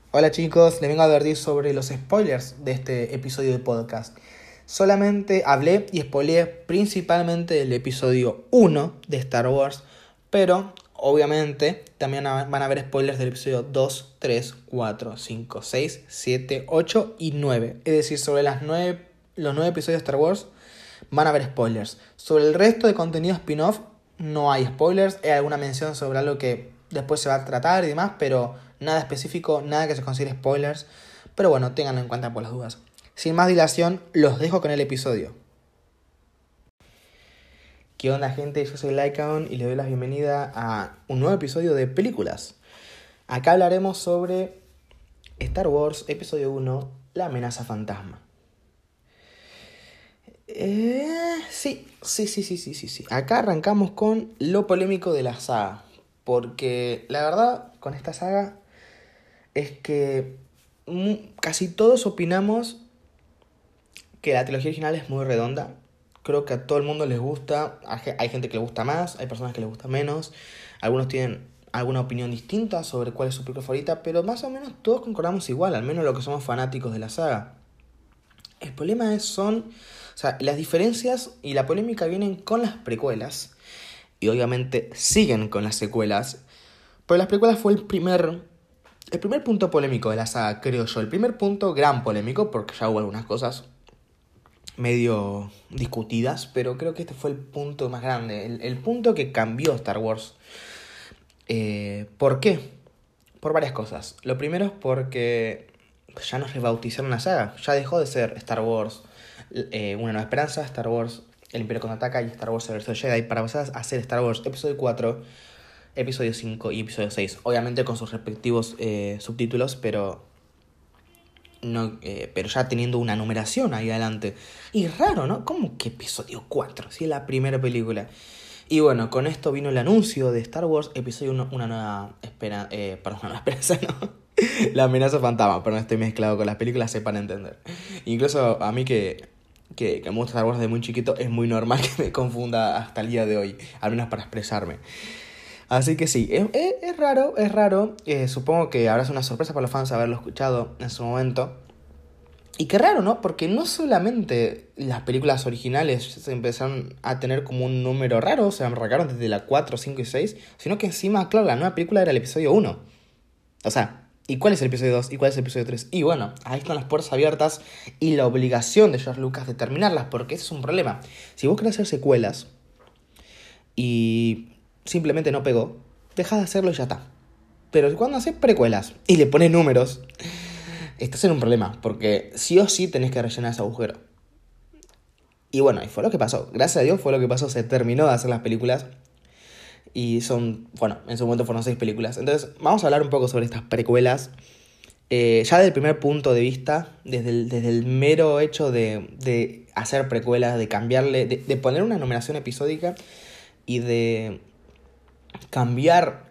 Hola chicos, les vengo a advertir sobre los spoilers de este episodio de podcast. Solamente hablé y spoileé principalmente del episodio 1 de Star Wars, pero obviamente también van a haber spoilers del episodio 2, 3, 4, 5, 6, 7, 8 y 9. Es decir, sobre los 9 episodios de Star Wars van a haber spoilers. Sobre el resto de contenido spin-off no hay spoilers, hay alguna mención sobre algo que después se va a tratar y demás, pero nada específico, nada que se considere spoilers. Pero bueno, ténganlo en cuenta por las dudas. Sin más dilación, los dejo con el episodio. ¿Qué onda, gente? Yo soy Lycaon y les doy la bienvenida a un nuevo episodio de Películas. Acá hablaremos sobre Star Wars Episodio 1, La amenaza fantasma. Sí. Acá arrancamos con lo polémico de la saga. Porque la verdad, con esta saga es que casi todos opinamos que la trilogía original es muy redonda. Creo que a todo el mundo les gusta. Hay gente que le gusta más, hay personas que les gusta menos. Algunos tienen alguna opinión distinta sobre cuál es su película favorita, pero más o menos todos concordamos igual, al menos los que somos fanáticos de la saga. El problema las diferencias y la polémica vienen con las precuelas. Y obviamente siguen con las secuelas. Pero las precuelas fue el primer punto polémico de la saga, creo yo. El primer punto gran polémico, porque ya hubo algunas cosas medio discutidas, pero creo que este fue el punto más grande, el punto que cambió Star Wars. ¿Por qué? Por varias cosas. Lo primero es porque ya nos rebautizaron la saga. Ya dejó de ser Star Wars Una Nueva Esperanza, Star Wars El Imperio Contraataca y Star Wars El Regreso de Jedi, para pasar a ser Star Wars Episodio 4, Episodio 5 y Episodio 6. Obviamente con sus respectivos subtítulos, pero pero ya teniendo una numeración ahí adelante. Y raro, ¿no? ¿Cómo que Episodio 4? Si es la primera película. Y bueno, con esto vino el anuncio de Star Wars Episodio 1, Una Nueva Esperanza, no. La amenaza fantasma, pero no estoy mezclado con las películas, sepan entender. Incluso a mí que me gusta Star Wars desde muy chiquito, es muy normal que me confunda hasta el día de hoy, al menos para expresarme. Así que sí, es raro. Supongo que habrá sido una sorpresa para los fans haberlo escuchado en su momento. Y qué raro, ¿no? Porque no solamente las películas originales se empezaron a tener como un número raro, se arrancaron desde la 4, 5 y 6, sino que encima, claro, la nueva película era el episodio 1. O sea, ¿y cuál es el episodio 2? ¿Y cuál es el episodio 3? Y bueno, ahí están las puertas abiertas y la obligación de George Lucas de terminarlas, porque ese es un problema. Si vos querés hacer secuelas y simplemente no pegó, dejás de hacerlo y ya está. Pero cuando haces precuelas y le pones números, estás en un problema, porque sí o sí tenés que rellenar ese agujero. Y bueno, y fue lo que pasó. Gracias a Dios fue lo que pasó. Se terminó de hacer las películas. Y en su momento fueron 6 películas. Entonces, vamos a hablar un poco sobre estas precuelas. Ya desde el primer punto de vista, desde el mero hecho de hacer precuelas, de cambiarle, de poner una numeración episódica y de cambiar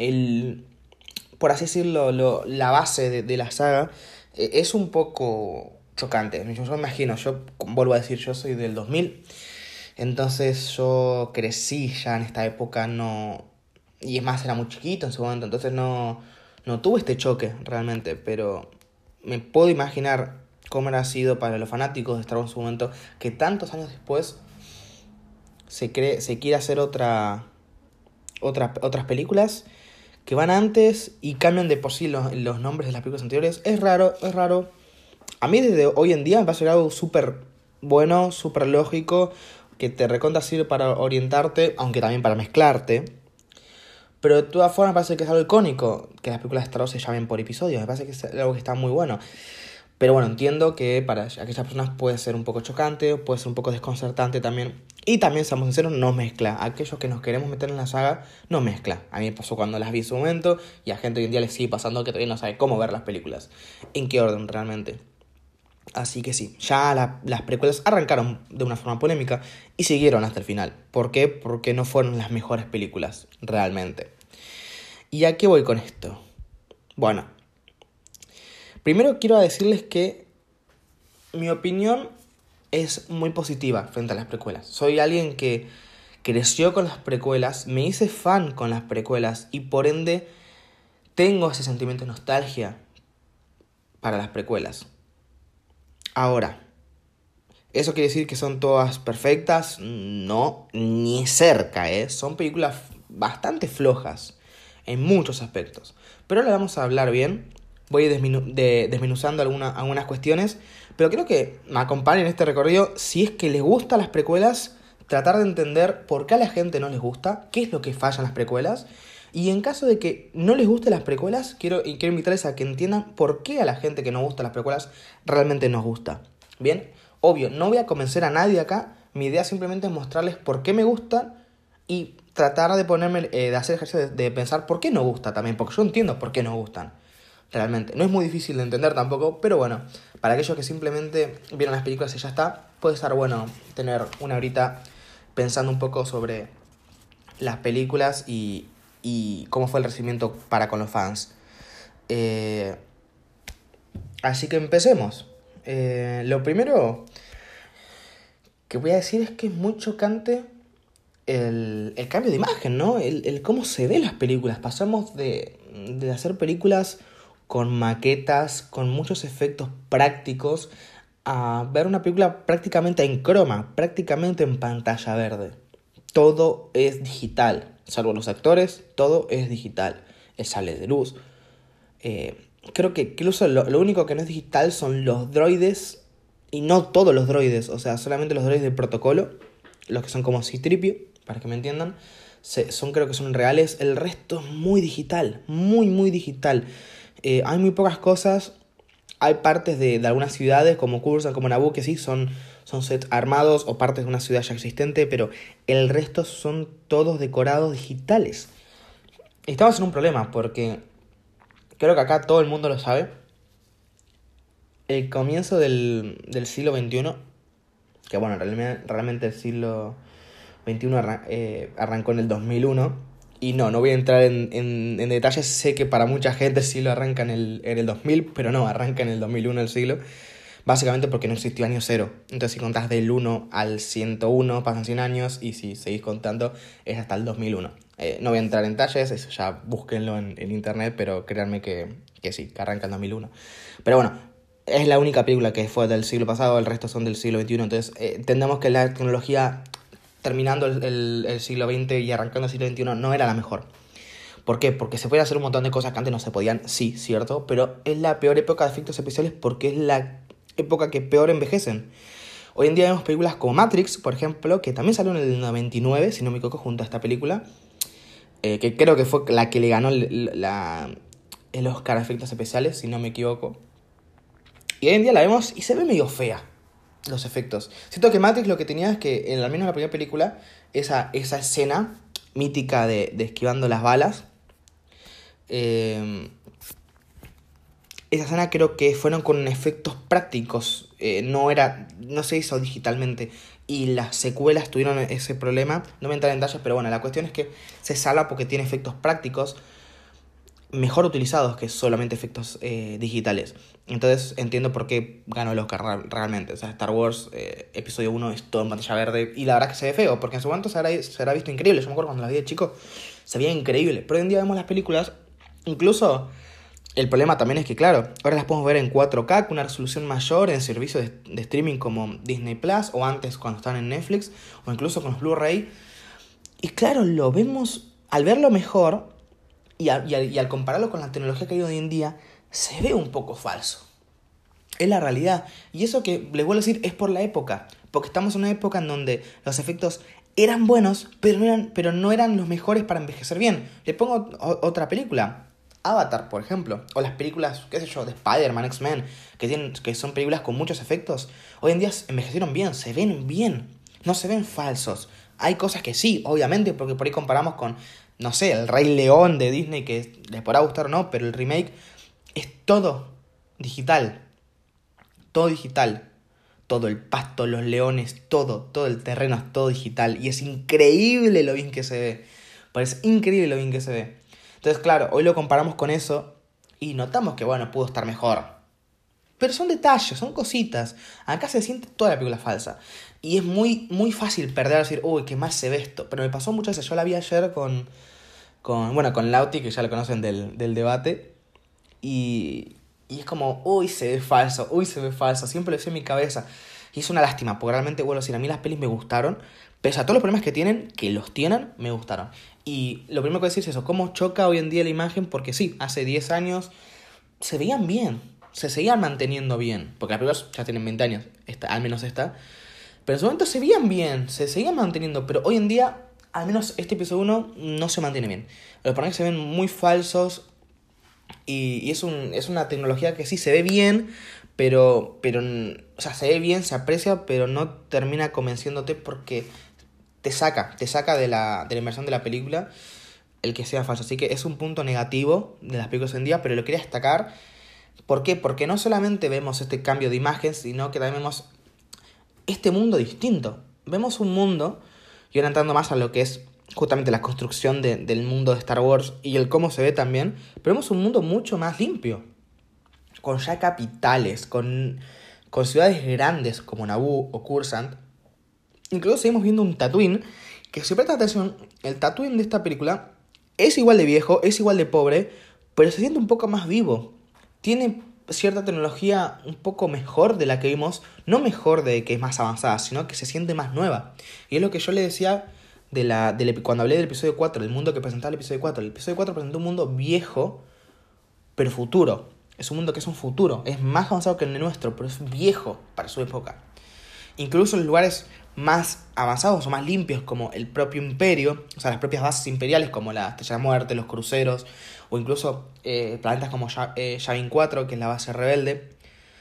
por así decirlo, la base de la saga, es un poco chocante. Yo imagino, yo vuelvo a decir, yo soy del 2000, entonces yo crecí ya en esta época, y es más, era muy chiquito en su momento, entonces no tuve este choque realmente, pero me puedo imaginar cómo era sido para los fanáticos de Star Wars en su momento, que tantos años después se quiere hacer otras películas que van antes y cambian de por sí los nombres de las películas anteriores. Es raro. A mí desde hoy en día me parece algo súper bueno, súper lógico, que te recontra sirve para orientarte, aunque también para mezclarte. Pero de todas formas me parece que es algo icónico que las películas de Star Wars se llamen por episodios. Me parece que es algo que está muy bueno. Pero bueno, entiendo que para aquellas personas puede ser un poco chocante, puede ser un poco desconcertante también. Y también, seamos sinceros, no mezcla. Aquellos que nos queremos meter en la saga, no mezcla. A mí me pasó cuando las vi en su momento, y a gente hoy en día les sigue pasando que todavía no sabe cómo ver las películas. En qué orden realmente. Así que sí, ya las precuelas arrancaron de una forma polémica y siguieron hasta el final. ¿Por qué? Porque no fueron las mejores películas, realmente. ¿Y a qué voy con esto? Bueno, primero quiero decirles que mi opinión es muy positiva frente a las precuelas. Soy alguien que creció con las precuelas, me hice fan con las precuelas y por ende tengo ese sentimiento de nostalgia para las precuelas. Ahora, ¿eso quiere decir que son todas perfectas? No, ni cerca, ¿eh? Son películas bastante flojas en muchos aspectos. Pero ahora vamos a hablar bien. Voy a ir desmenuzando algunas cuestiones. Pero quiero que me acompañen en este recorrido. Si es que les gustan las precuelas, tratar de entender por qué a la gente no les gusta, qué es lo que falla en las precuelas. Y en caso de que no les gusten las precuelas, quiero invitarles a que entiendan por qué a la gente que no gusta las precuelas realmente nos gusta. Bien, obvio, no voy a convencer a nadie acá. Mi idea simplemente es mostrarles por qué me gustan y tratar de ponerme, de hacer ejercicio de pensar por qué no gusta también, porque yo entiendo por qué no gustan. Realmente, no es muy difícil de entender tampoco, pero bueno, para aquellos que simplemente vieron las películas y ya está, puede estar bueno tener una horita pensando un poco sobre las películas y cómo fue el recibimiento para con los fans. Así que empecemos. Lo primero que voy a decir es que es muy chocante el cambio de imagen, ¿no? El cómo se ven las películas. Pasamos de hacer películas con maquetas, con muchos efectos prácticos, a ver una película prácticamente en croma, prácticamente en pantalla verde. Todo es digital, salvo los actores, todo es digital. El sable de luz. Creo que incluso lo único que no es digital son los droides, y no todos los droides, o sea, solamente los droides de protocolo, los que son como C-3PO, para que me entiendan, creo que son reales. El resto es muy digital, muy digital. Hay muy pocas cosas. Hay partes de algunas ciudades como Coruscant, como Naboo, que sí son sets armados o partes de una ciudad ya existente, pero el resto son todos decorados digitales. Y estamos en un problema porque creo que acá todo el mundo lo sabe. El comienzo del siglo XXI, que bueno, realmente el siglo XXI arrancó en el 2001. Y no voy a entrar en detalles. Sé que para mucha gente el siglo arranca en el 2000, pero no, arranca en el 2001 el siglo. Básicamente porque no existió año cero. Entonces si contás del 1 al 101 pasan 100 años y si seguís contando es hasta el 2001. No voy a entrar en detalles, eso ya búsquenlo en internet, pero créanme que sí, que arranca en 2001. Pero bueno, es la única película que fue del siglo pasado, el resto son del siglo XXI. Entonces entendemos que la tecnología terminando el siglo XX y arrancando el siglo XXI no era la mejor. ¿Por qué? Porque se pueden hacer un montón de cosas que antes no se podían, sí, cierto, pero es la peor época de efectos especiales porque es la época que peor envejecen. Hoy en día vemos películas como Matrix, por ejemplo, que también salió en el 99, si no me equivoco, junto a esta película, que creo que fue la que le ganó el Oscar a efectos especiales, si no me equivoco. Y hoy en día la vemos y se ve medio fea los efectos. Siento que Matrix lo que tenía es que, al menos en la primera película, esa escena mítica de esquivando las balas, esa escena creo que fueron con efectos prácticos, no se hizo digitalmente. Y las secuelas tuvieron ese problema. No voy a entrar en detalles, pero bueno, la cuestión es que se salva porque tiene efectos prácticos mejor utilizados que solamente efectos digitales. Entonces entiendo por qué ganó el Oscar realmente. O sea, Star Wars episodio 1 es todo en pantalla verde y la verdad que se ve feo, porque en su momento se habrá visto increíble. Yo me acuerdo cuando la vi de chico, se veía increíble. Pero hoy en día vemos las películas, incluso el problema también es que, claro, ahora las podemos ver en 4K con una resolución mayor en servicios de streaming como Disney Plus o antes cuando estaban en Netflix o incluso con los Blu-ray. Y claro, lo vemos, al verlo mejor y al compararlo con la tecnología que hay hoy en día, se ve un poco falso. Es la realidad. Y eso que les vuelvo a decir es por la época. Porque estamos en una época en donde los efectos eran buenos, pero no eran los mejores para envejecer bien. Le pongo otra película. Avatar, por ejemplo. O las películas, qué sé yo, de Spider-Man, X-Men. Que son películas con muchos efectos. Hoy en día envejecieron bien, se ven bien. No se ven falsos. Hay cosas que sí, obviamente, porque por ahí comparamos con, no sé, el Rey León de Disney, que les podrá gustar o no, pero el remake es todo digital. Todo digital. Todo el pasto, los leones, todo el terreno es todo digital. Y es increíble lo bien que se ve. Parece increíble lo bien que se ve. Entonces, claro, hoy lo comparamos con eso y notamos que, bueno, pudo estar mejor. Pero son detalles, son cositas. Acá se siente toda la película falsa. Y es muy fácil perder, decir, uy, qué mal se ve esto. Pero me pasó muchas veces. Yo la vi ayer con Lauti, que ya lo conocen del debate. Y Y es como, uy, se ve falso, uy, se ve falso. Siempre lo decía en mi cabeza. Y es una lástima, porque realmente, vuelvo a decir, a mí las pelis me gustaron. Pese a todos los problemas que tienen, que los tienen, me gustaron. Y lo primero que decir es eso, cómo choca hoy en día la imagen, porque sí, hace 10 años se veían bien, se seguían manteniendo bien. Porque las películas ya tienen 20 años, al menos esta. Pero en su momento se veían bien, se seguían manteniendo. Pero hoy en día, al menos este episodio 1 no se mantiene bien. Los personajes se ven muy falsos. Y es una tecnología que sí se ve bien, pero, o sea, se ve bien, se aprecia, pero no termina convenciéndote porque te saca de la inmersión de la película el que sea falso. Así que es un punto negativo de las películas hoy en día, pero lo quería destacar. ¿Por qué? Porque no solamente vemos este cambio de imagen, sino que también vemos este mundo distinto. Vemos un mundo, y ahora entrando más a lo que es justamente la construcción del mundo de Star Wars y el cómo se ve también, pero vemos un mundo mucho más limpio, con ya capitales, con ciudades grandes como Naboo o Coruscant. Incluso seguimos viendo un Tatooine, que si prestas atención, el Tatooine de esta película es igual de viejo, es igual de pobre, pero se siente un poco más vivo. Tiene cierta tecnología un poco mejor de la que vimos, no mejor de que es más avanzada, sino que se siente más nueva. Y es lo que yo le decía cuando hablé del episodio 4, del mundo que presentaba el episodio 4. El episodio 4 presentó un mundo viejo, pero futuro. Es un mundo que es un futuro, es más avanzado que el nuestro, pero es viejo para su época. Incluso los lugares más avanzados o más limpios, como el propio imperio, o sea, las propias bases imperiales, como la Estrella de Muerte, los cruceros, o incluso planetas como Yavin 4, que es la base rebelde,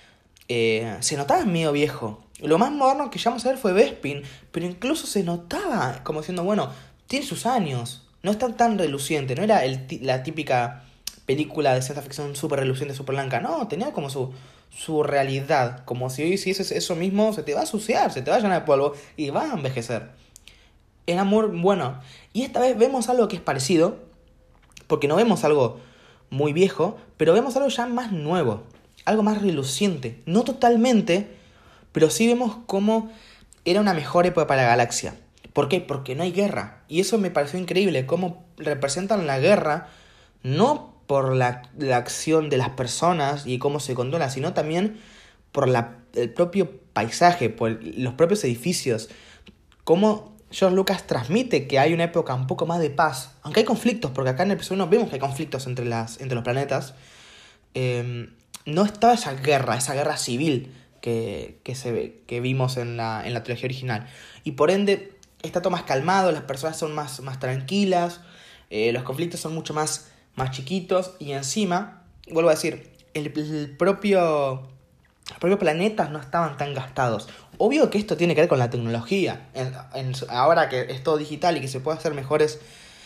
se notaba medio viejo. Lo más moderno que llegamos a ver fue Bespin, pero incluso se notaba como diciendo, bueno, tiene sus años, no es tan reluciente, no era la típica película de ciencia ficción súper reluciente, súper blanca, no, tenía como su realidad, como si hoy hicieses eso mismo, se te va a suciar, se te va a llenar de polvo y va a envejecer. Era muy bueno. Y esta vez vemos algo que es parecido, porque no vemos algo muy viejo, pero vemos algo ya más nuevo, algo más reluciente. No totalmente, pero sí vemos cómo era una mejor época para la galaxia. ¿Por qué? Porque no hay guerra. Y eso me pareció increíble, cómo representan la guerra, no por la acción de las personas y cómo se controla, sino también por el propio paisaje, por los propios edificios. Cómo George Lucas transmite que hay una época un poco más de paz. Aunque hay conflictos, porque acá en el episodio 1 vemos que hay conflictos entre los planetas. No estaba esa guerra civil que vimos en la trilogía original. Y por ende, está todo más calmado, las personas son más tranquilas, los conflictos son mucho más chiquitos, y encima, vuelvo a decir, el propio planeta no estaban tan gastados. Obvio que esto tiene que ver con la tecnología. Ahora que es todo digital y que se puede hacer mejores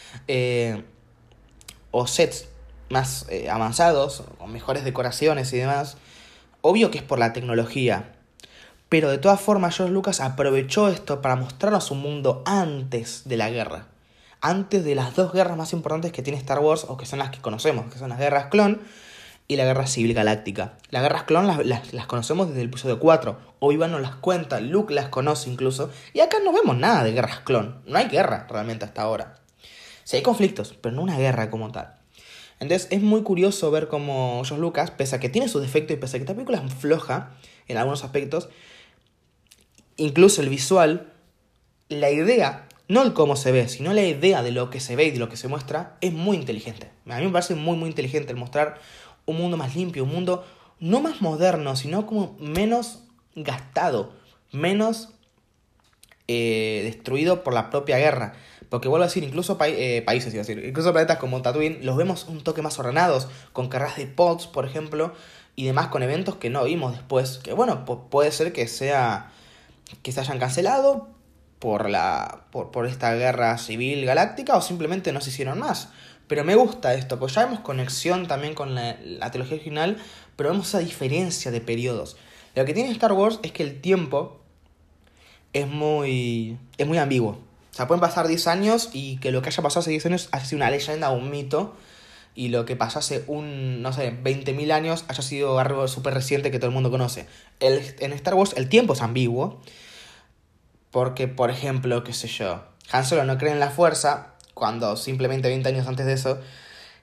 o sets más avanzados, con mejores decoraciones y demás, obvio que es por la tecnología. Pero de todas formas, George Lucas aprovechó esto para mostrarnos un mundo antes de la guerra. Antes de las dos guerras más importantes que tiene Star Wars, o que son las que conocemos, que son las guerras clon y la guerra civil galáctica. Las guerras clon las conocemos desde el episodio 4. Obi-Wan nos las cuenta, Luke las conoce incluso. Y acá no vemos nada de guerras clon. No hay guerra realmente hasta ahora. Sí hay conflictos, pero no una guerra como tal. Entonces es muy curioso ver cómo George Lucas, pese a que tiene sus defectos y pese a que esta película es floja en algunos aspectos, incluso el visual, la idea, no el cómo se ve, sino la idea de lo que se ve y de lo que se muestra, es muy inteligente. A mí me parece muy inteligente el mostrar un mundo más limpio, un mundo no más moderno, sino como menos gastado, menos destruido por la propia guerra. Porque vuelvo a decir, incluso países, iba a decir, incluso planetas como Tatooine, los vemos un toque más ordenados, con carreras de pods, por ejemplo, y demás, con eventos que no vimos después. Que bueno, puede ser que se hayan cancelado por esta guerra civil galáctica, o simplemente no se hicieron más. Pero me gusta esto, porque ya vemos conexión también con la trilogía original, pero vemos esa diferencia de periodos. Lo que tiene Star Wars es que el tiempo es muy ambiguo. O sea, pueden pasar 10 años y que lo que haya pasado hace 10 años haya sido una leyenda o un mito, y lo que pasó hace 20.000 años haya sido algo súper reciente que todo el mundo conoce. En Star Wars el tiempo es ambiguo, porque, por ejemplo, qué sé yo, Han Solo no cree en la fuerza, cuando simplemente 20 años antes de eso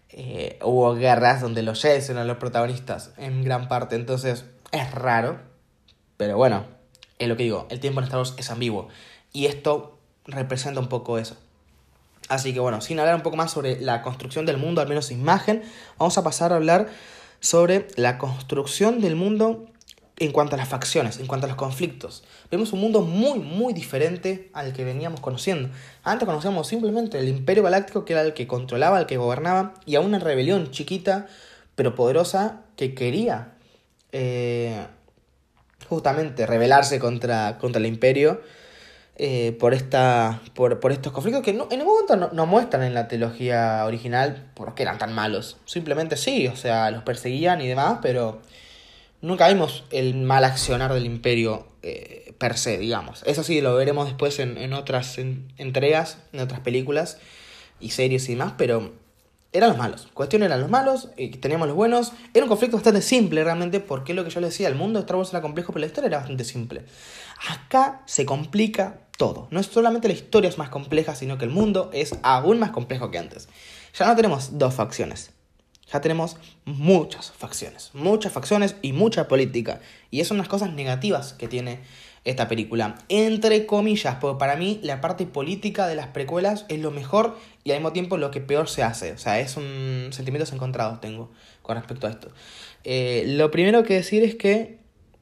Hubo guerras donde los Jedi eran los protagonistas en gran parte, entonces es raro. Pero bueno, es lo que digo, el tiempo en Star Wars es ambiguo. Y esto representa un poco eso. Así que bueno, sin hablar un poco más sobre la construcción del mundo, al menos imagen, vamos a pasar a hablar sobre la construcción del mundo en cuanto a las facciones, en cuanto a los conflictos. Vemos un mundo muy, muy diferente al que veníamos conociendo. Antes conocíamos simplemente el Imperio Galáctico, que era el que controlaba, el que gobernaba, y a una rebelión chiquita, pero poderosa, que quería justamente rebelarse contra el Imperio por estos conflictos que en ningún momento no muestran en la trilogía original por qué eran tan malos. Simplemente sí, o sea, los perseguían y demás, pero nunca vimos el mal accionar del Imperio per se, digamos. Eso sí, lo veremos después en otras entregas, en otras películas y series y demás, pero eran los malos. Cuestión eran los malos, teníamos los buenos. Era un conflicto bastante simple realmente, porque es lo que yo les decía, el mundo de Star Wars era complejo, pero la historia era bastante simple. Acá se complica todo. No es solamente la historia es más compleja, sino que el mundo es aún más complejo que antes. Ya no tenemos dos facciones. Ya tenemos muchas facciones y mucha política. Y eso son las cosas negativas que tiene esta película. Entre comillas, porque para mí la parte política de las precuelas es lo mejor y al mismo tiempo lo que peor se hace. O sea, es un sentimientos encontrados tengo con respecto a esto. Lo primero que decir es que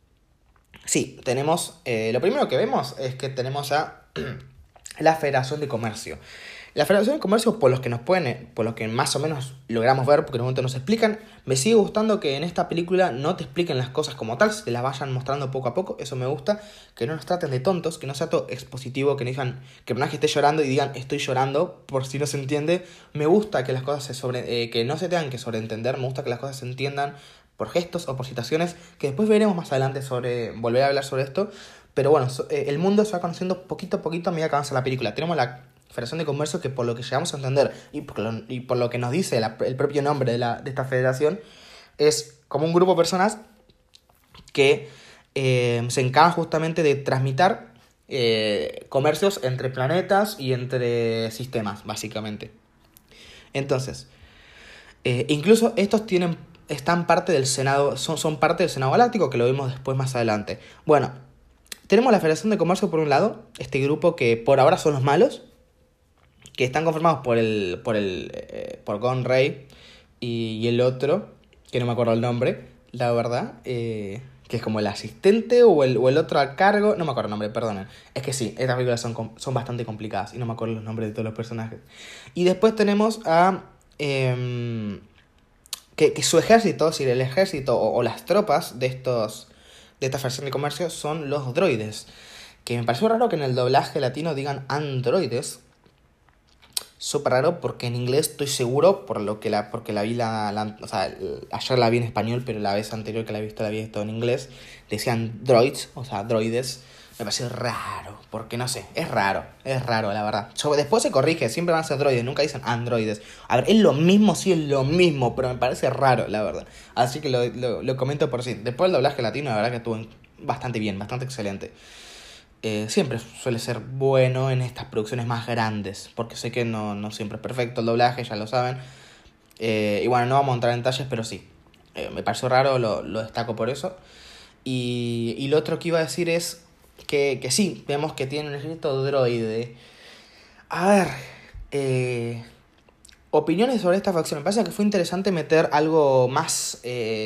sí, tenemos... lo primero que vemos es que tenemos a la Federación de Comercio. La Federación de Comercio, por los que más o menos logramos ver, porque en un momento nos explican, me sigue gustando que en esta película no te expliquen las cosas como tal, se las vayan mostrando poco a poco, eso me gusta, que no nos traten de tontos, que no sea todo expositivo, que no digan que el personaje esté llorando y digan estoy llorando, por si no se entiende. Me gusta que las cosas que no se tengan que sobreentender, me gusta que las cosas se entiendan por gestos o por situaciones, que después veremos más adelante volver a hablar sobre esto, pero bueno, el mundo se va conociendo poquito a poquito a medida que avanza la película. Tenemos la Federación de Comercio que por lo que llegamos a entender y por lo que nos dice el propio nombre de esta federación, es como un grupo de personas que se encargan justamente de transmitir comercios entre planetas y entre sistemas, básicamente. Entonces, incluso estos están parte del Senado, son parte del Senado Galáctico, que lo vemos después más adelante. Bueno, tenemos la Federación de Comercio por un lado, este grupo que por ahora son los malos, que están conformados por Gon Rey y el otro, que no me acuerdo el nombre, la verdad, que es como el asistente o el otro al cargo, no me acuerdo el nombre, perdonen. Es que sí, estas películas son bastante complicadas y no me acuerdo los nombres de todos los personajes. Y después tenemos a... que su ejército, si el ejército o las tropas de esta Federación de Comercio son los droides. Que me pareció raro que en el doblaje latino digan androides. Súper raro porque en inglés estoy seguro, porque la vi o sea, ayer la vi en español, pero la vez anterior que la había visto en inglés, decían droids, o sea, droides. Me pareció raro, porque no sé, es raro la verdad. Después se corrige, siempre van a ser droides, nunca dicen androides. A ver, es lo mismo, sí es lo mismo, pero me parece raro, la verdad. Así que lo comento por sí. Después el doblaje latino, la verdad que estuvo bastante bien, bastante excelente. Siempre suele ser bueno en estas producciones más grandes, porque sé que no siempre es perfecto el doblaje, ya lo saben. Y bueno, no vamos a entrar en detalles, pero sí, me pareció raro, lo destaco por eso. Y lo otro que iba a decir es que sí, vemos que tiene un ejército droide. A ver, opiniones sobre esta facción. Me parece que fue interesante meter algo más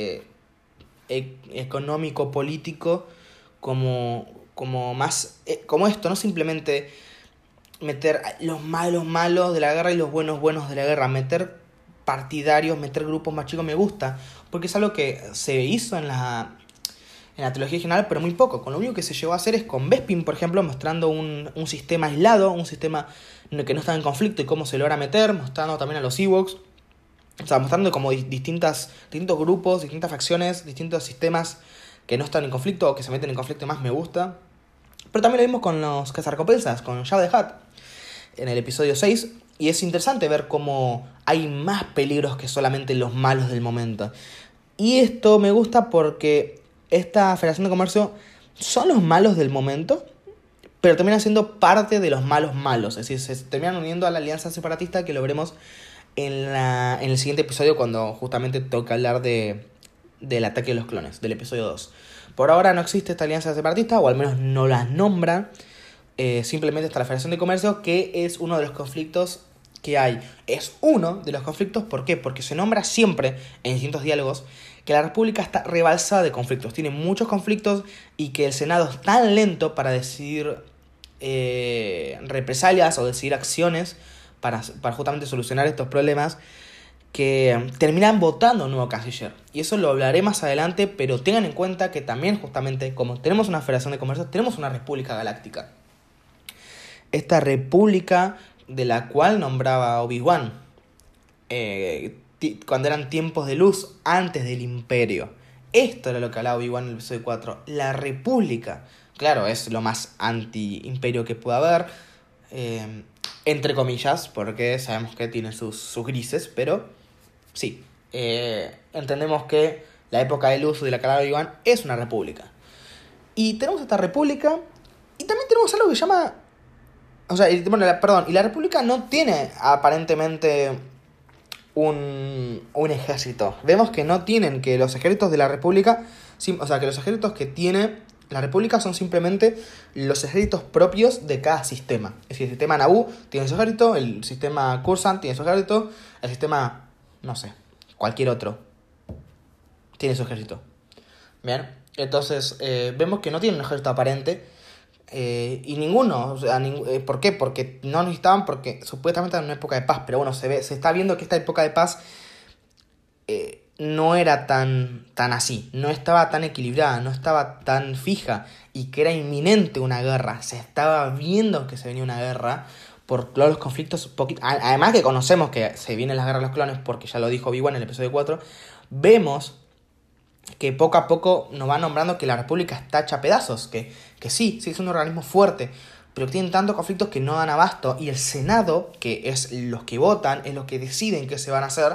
económico, político, como más como esto, no simplemente meter los malos de la guerra y los buenos de la guerra, meter partidarios, meter grupos más chicos, me gusta, porque es algo que se hizo en la trilogía original, pero muy poco. Con lo único que se llegó a hacer es con Bespin, por ejemplo, mostrando un sistema aislado, un sistema que no estaba en conflicto y cómo se logra meter, mostrando también a los Ewoks, o sea, mostrando como distintos grupos, distintas facciones, distintos sistemas que no están en conflicto o que se meten en conflicto, más me gusta. Pero también lo vimos con los cazarrecompensas, con Jabba the Hutt, en el episodio 6. Y es interesante ver cómo hay más peligros que solamente los malos del momento. Y esto me gusta porque esta Federación de Comercio son los malos del momento, pero terminan siendo parte de los malos. Es decir, se terminan uniendo a la alianza separatista, que lo veremos en el siguiente episodio, cuando justamente toca hablar del ataque de los clones, del episodio 2. Por ahora no existe esta alianza separatista, o al menos no las nombran. Simplemente está la Federación de Comercio, que es uno de los conflictos que hay. Es uno de los conflictos, ¿por qué? Porque se nombra siempre en distintos diálogos que la República está rebalsada de conflictos. Tiene muchos conflictos y que el Senado es tan lento para decidir represalias o decidir acciones para justamente solucionar estos problemas, que terminan votando un nuevo canciller. Y eso lo hablaré más adelante, pero tengan en cuenta que también justamente como tenemos una Federación de Comercio, tenemos una República Galáctica. Esta república de la cual nombraba Obi-Wan cuando eran tiempos de luz, antes del Imperio. Esto era lo que hablaba Obi-Wan en el episodio 4. La república. Claro, es lo más anti-imperio que pueda haber. Entre comillas, porque sabemos que tiene sus grises, pero sí. Entendemos que la época de luz de la que hablaba Obi-Wan es una república. Y tenemos esta república, y también tenemos algo que se llama... O sea, y la república no tiene aparentemente un ejército. Vemos que no tienen, que los ejércitos de la república, o sea, que los ejércitos que tiene la república son simplemente los ejércitos propios de cada sistema. Es decir, el sistema Naboo tiene su ejército, el sistema Coruscant tiene su ejército, el sistema, no sé, cualquier otro tiene su ejército. Bien, entonces vemos que no tienen un ejército aparente. Y ninguno, o sea, ¿por qué? Porque no necesitaban, porque supuestamente era una época de paz, pero bueno, se está viendo que esta época de paz no era tan así, no estaba tan equilibrada, no estaba tan fija, y que era inminente una guerra. Se estaba viendo que se venía una guerra por todos los conflictos, además que conocemos que se vienen las guerras de los clones, porque ya lo dijo Obi-Wan en el episodio 4, vemos que poco a poco nos va nombrando que la república está hecha a pedazos, que sí es un organismo fuerte, pero que tienen tantos conflictos que no dan abasto, y el Senado, que es los que votan, es los que deciden qué se van a hacer,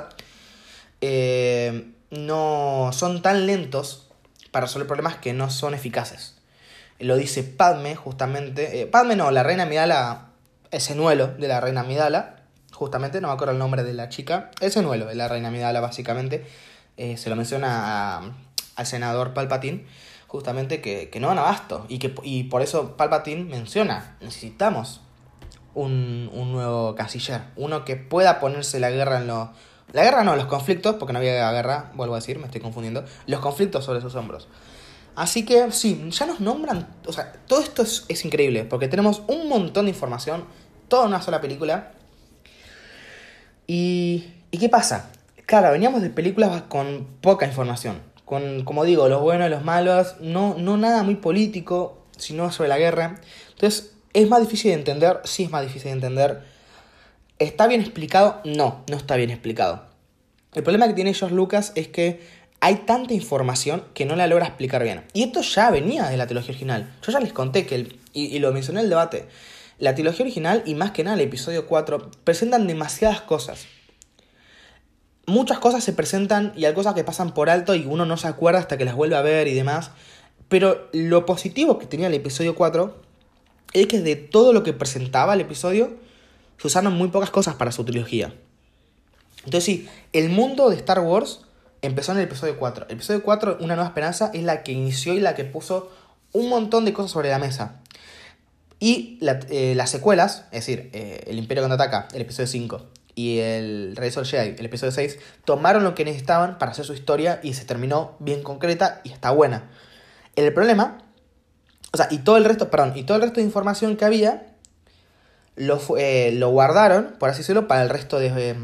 no son tan lentos para resolver problemas que no son eficaces. Lo dice Padme, justamente, Padme no, la reina Amidala, el señuelo de la reina Amidala, justamente, no me acuerdo el nombre de la chica, el señuelo de la reina Amidala básicamente, se lo menciona al senador Palpatine, justamente que no dan abasto, y por eso Palpatine menciona, necesitamos un nuevo canciller, uno que pueda ponerse la guerra los conflictos, porque no había guerra, vuelvo a decir, me estoy confundiendo, los conflictos sobre sus hombros. Así que sí, ya nos nombran, o sea, todo esto es increíble, porque tenemos un montón de información, toda una sola película. ¿Y qué pasa? Claro, veníamos de películas con poca información, con, como digo, los buenos y los malos, no nada muy político, sino sobre la guerra. Entonces, ¿es más difícil de entender? Sí, es más difícil de entender. ¿Está bien explicado? No está bien explicado. El problema que tiene George Lucas es que hay tanta información que no la logra explicar bien. Y esto ya venía de la trilogía original. Yo ya les conté que, y lo mencioné en el debate, la trilogía original y más que nada el episodio 4 presentan demasiadas cosas. Muchas cosas se presentan y hay cosas que pasan por alto y uno no se acuerda hasta que las vuelve a ver y demás. Pero lo positivo que tenía el episodio 4 es que de todo lo que presentaba el episodio se usaron muy pocas cosas para su trilogía. Entonces sí, el mundo de Star Wars empezó en el episodio 4. El episodio 4, Una Nueva Esperanza, es la que inició y la que puso un montón de cosas sobre la mesa. Y las secuelas, es decir, El Imperio Contraataca, el episodio 5, y el Regreso del Jedi, el episodio 6, tomaron lo que necesitaban para hacer su historia y se terminó bien concreta y está buena. El problema, o sea, y todo el resto de información que había lo guardaron, por así decirlo, para el resto de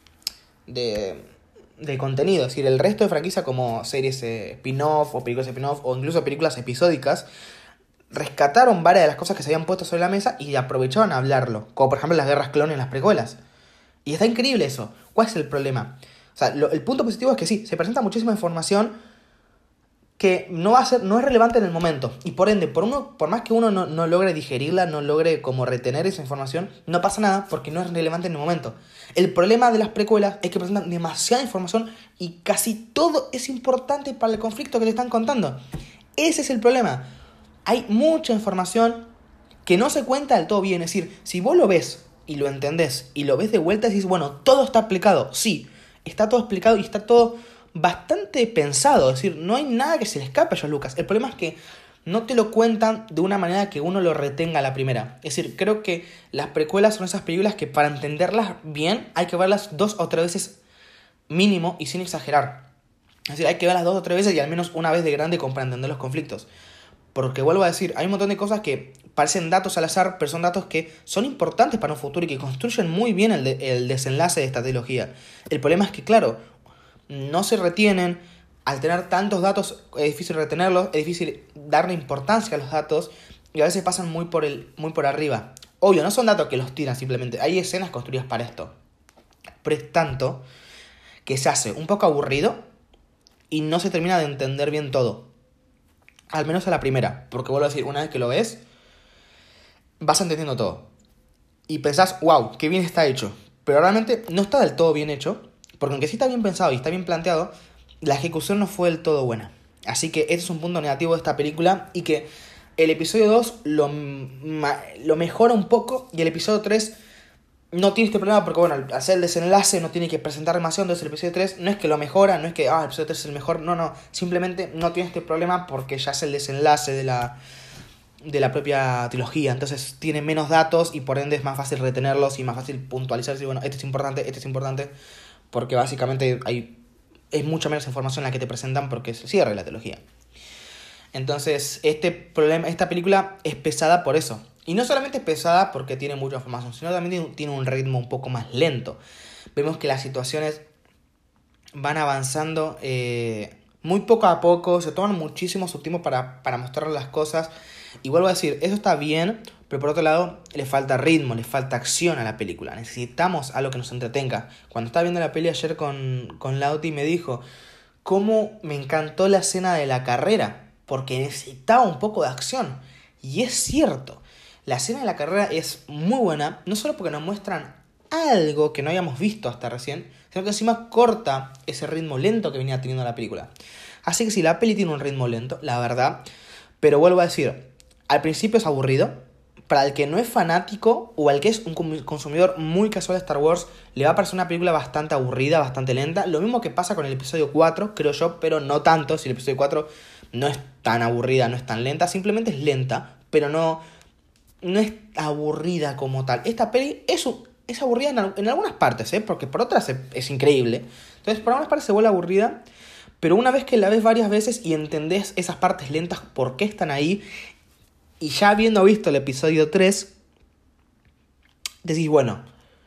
contenido. Es decir, el resto de franquicia, como series spin-off o películas spin-off o incluso películas episódicas, rescataron varias de las cosas que se habían puesto sobre la mesa y aprovecharon a hablarlo, como por ejemplo las guerras clones en las precuelas. Y está increíble eso. ¿Cuál es el problema? O sea, el punto positivo es que sí, se presenta muchísima información que no es relevante en el momento. Y por ende, por más que uno no logre digerirla, no logre como retener esa información, no pasa nada porque no es relevante en el momento. El problema de las precuelas es que presentan demasiada información y casi todo es importante para el conflicto que te están contando. Ese es el problema. Hay mucha información que no se cuenta del todo bien. Es decir, si vos lo ves y lo entendés y lo ves de vuelta y dices, bueno, todo está explicado. Sí, está todo explicado y está todo bastante pensado. Es decir, no hay nada que se le escape a George Lucas. El problema es que no te lo cuentan de una manera que uno lo retenga a la primera. Es decir, creo que las precuelas son esas películas que para entenderlas bien hay que verlas 2 o 3 veces mínimo y sin exagerar. Es decir, hay que verlas 2 o 3 veces y al menos una vez de grande como para entender los conflictos. Porque vuelvo a decir, hay un montón de cosas que parecen datos al azar, pero son datos que son importantes para un futuro y que construyen muy bien el desenlace de esta trilogía. El problema es que, claro, no se retienen. Al tener tantos datos es difícil retenerlos, es difícil darle importancia a los datos y a veces pasan muy por arriba. Obvio, no son datos que los tiran simplemente, hay escenas construidas para esto. Pero es tanto que se hace un poco aburrido y no se termina de entender bien todo. Al menos a la primera, porque vuelvo a decir, una vez que lo ves, vas entendiendo todo. Y pensás, wow, qué bien está hecho. Pero realmente no está del todo bien hecho, porque aunque sí está bien pensado y está bien planteado, la ejecución no fue del todo buena. Así que ese es un punto negativo de esta película y que el episodio 2 lo mejora un poco y el episodio 3 no tiene este problema porque, bueno, al hacer el desenlace no tiene que presentar demasiado. Entonces el episodio 3 no es que lo mejora, no es que el episodio 3 es el mejor, no, simplemente no tiene este problema porque ya es el desenlace de la propia trilogía. Entonces tiene menos datos y por ende es más fácil retenerlos y más fácil puntualizar y bueno, este es importante, porque básicamente es mucha menos información la que te presentan porque se cierra la trilogía. Entonces, esta película es pesada por eso. Y no solamente es pesada porque tiene mucha información, sino también tiene un ritmo un poco más lento. Vemos que las situaciones van avanzando muy poco a poco, se toman muchísimo su tiempo para mostrar las cosas. Y vuelvo a decir, eso está bien, pero por otro lado le falta ritmo, le falta acción a la película. Necesitamos algo que nos entretenga. Cuando estaba viendo la peli ayer con Lauti me dijo, ¿cómo me encantó la escena de la carrera? Porque necesitaba un poco de acción. Y es cierto, la escena de la carrera es muy buena, no solo porque nos muestran algo que no habíamos visto hasta recién, sino que encima corta ese ritmo lento que venía teniendo la película. Así que sí, la peli tiene un ritmo lento, la verdad, pero vuelvo a decir, al principio es aburrido. Para el que no es fanático o al que es un consumidor muy casual de Star Wars, le va a parecer una película bastante aburrida, bastante lenta. Lo mismo que pasa con el episodio 4, creo yo, pero no tanto. Si el episodio 4 no es tan aburrida, no es tan lenta, simplemente es lenta, pero no es aburrida como tal. Esta peli es aburrida en algunas partes, porque por otras es increíble. Entonces, por algunas partes se vuelve aburrida, pero una vez que la ves varias veces y entendés esas partes lentas, por qué están ahí, y ya habiendo visto el episodio 3, decís, bueno,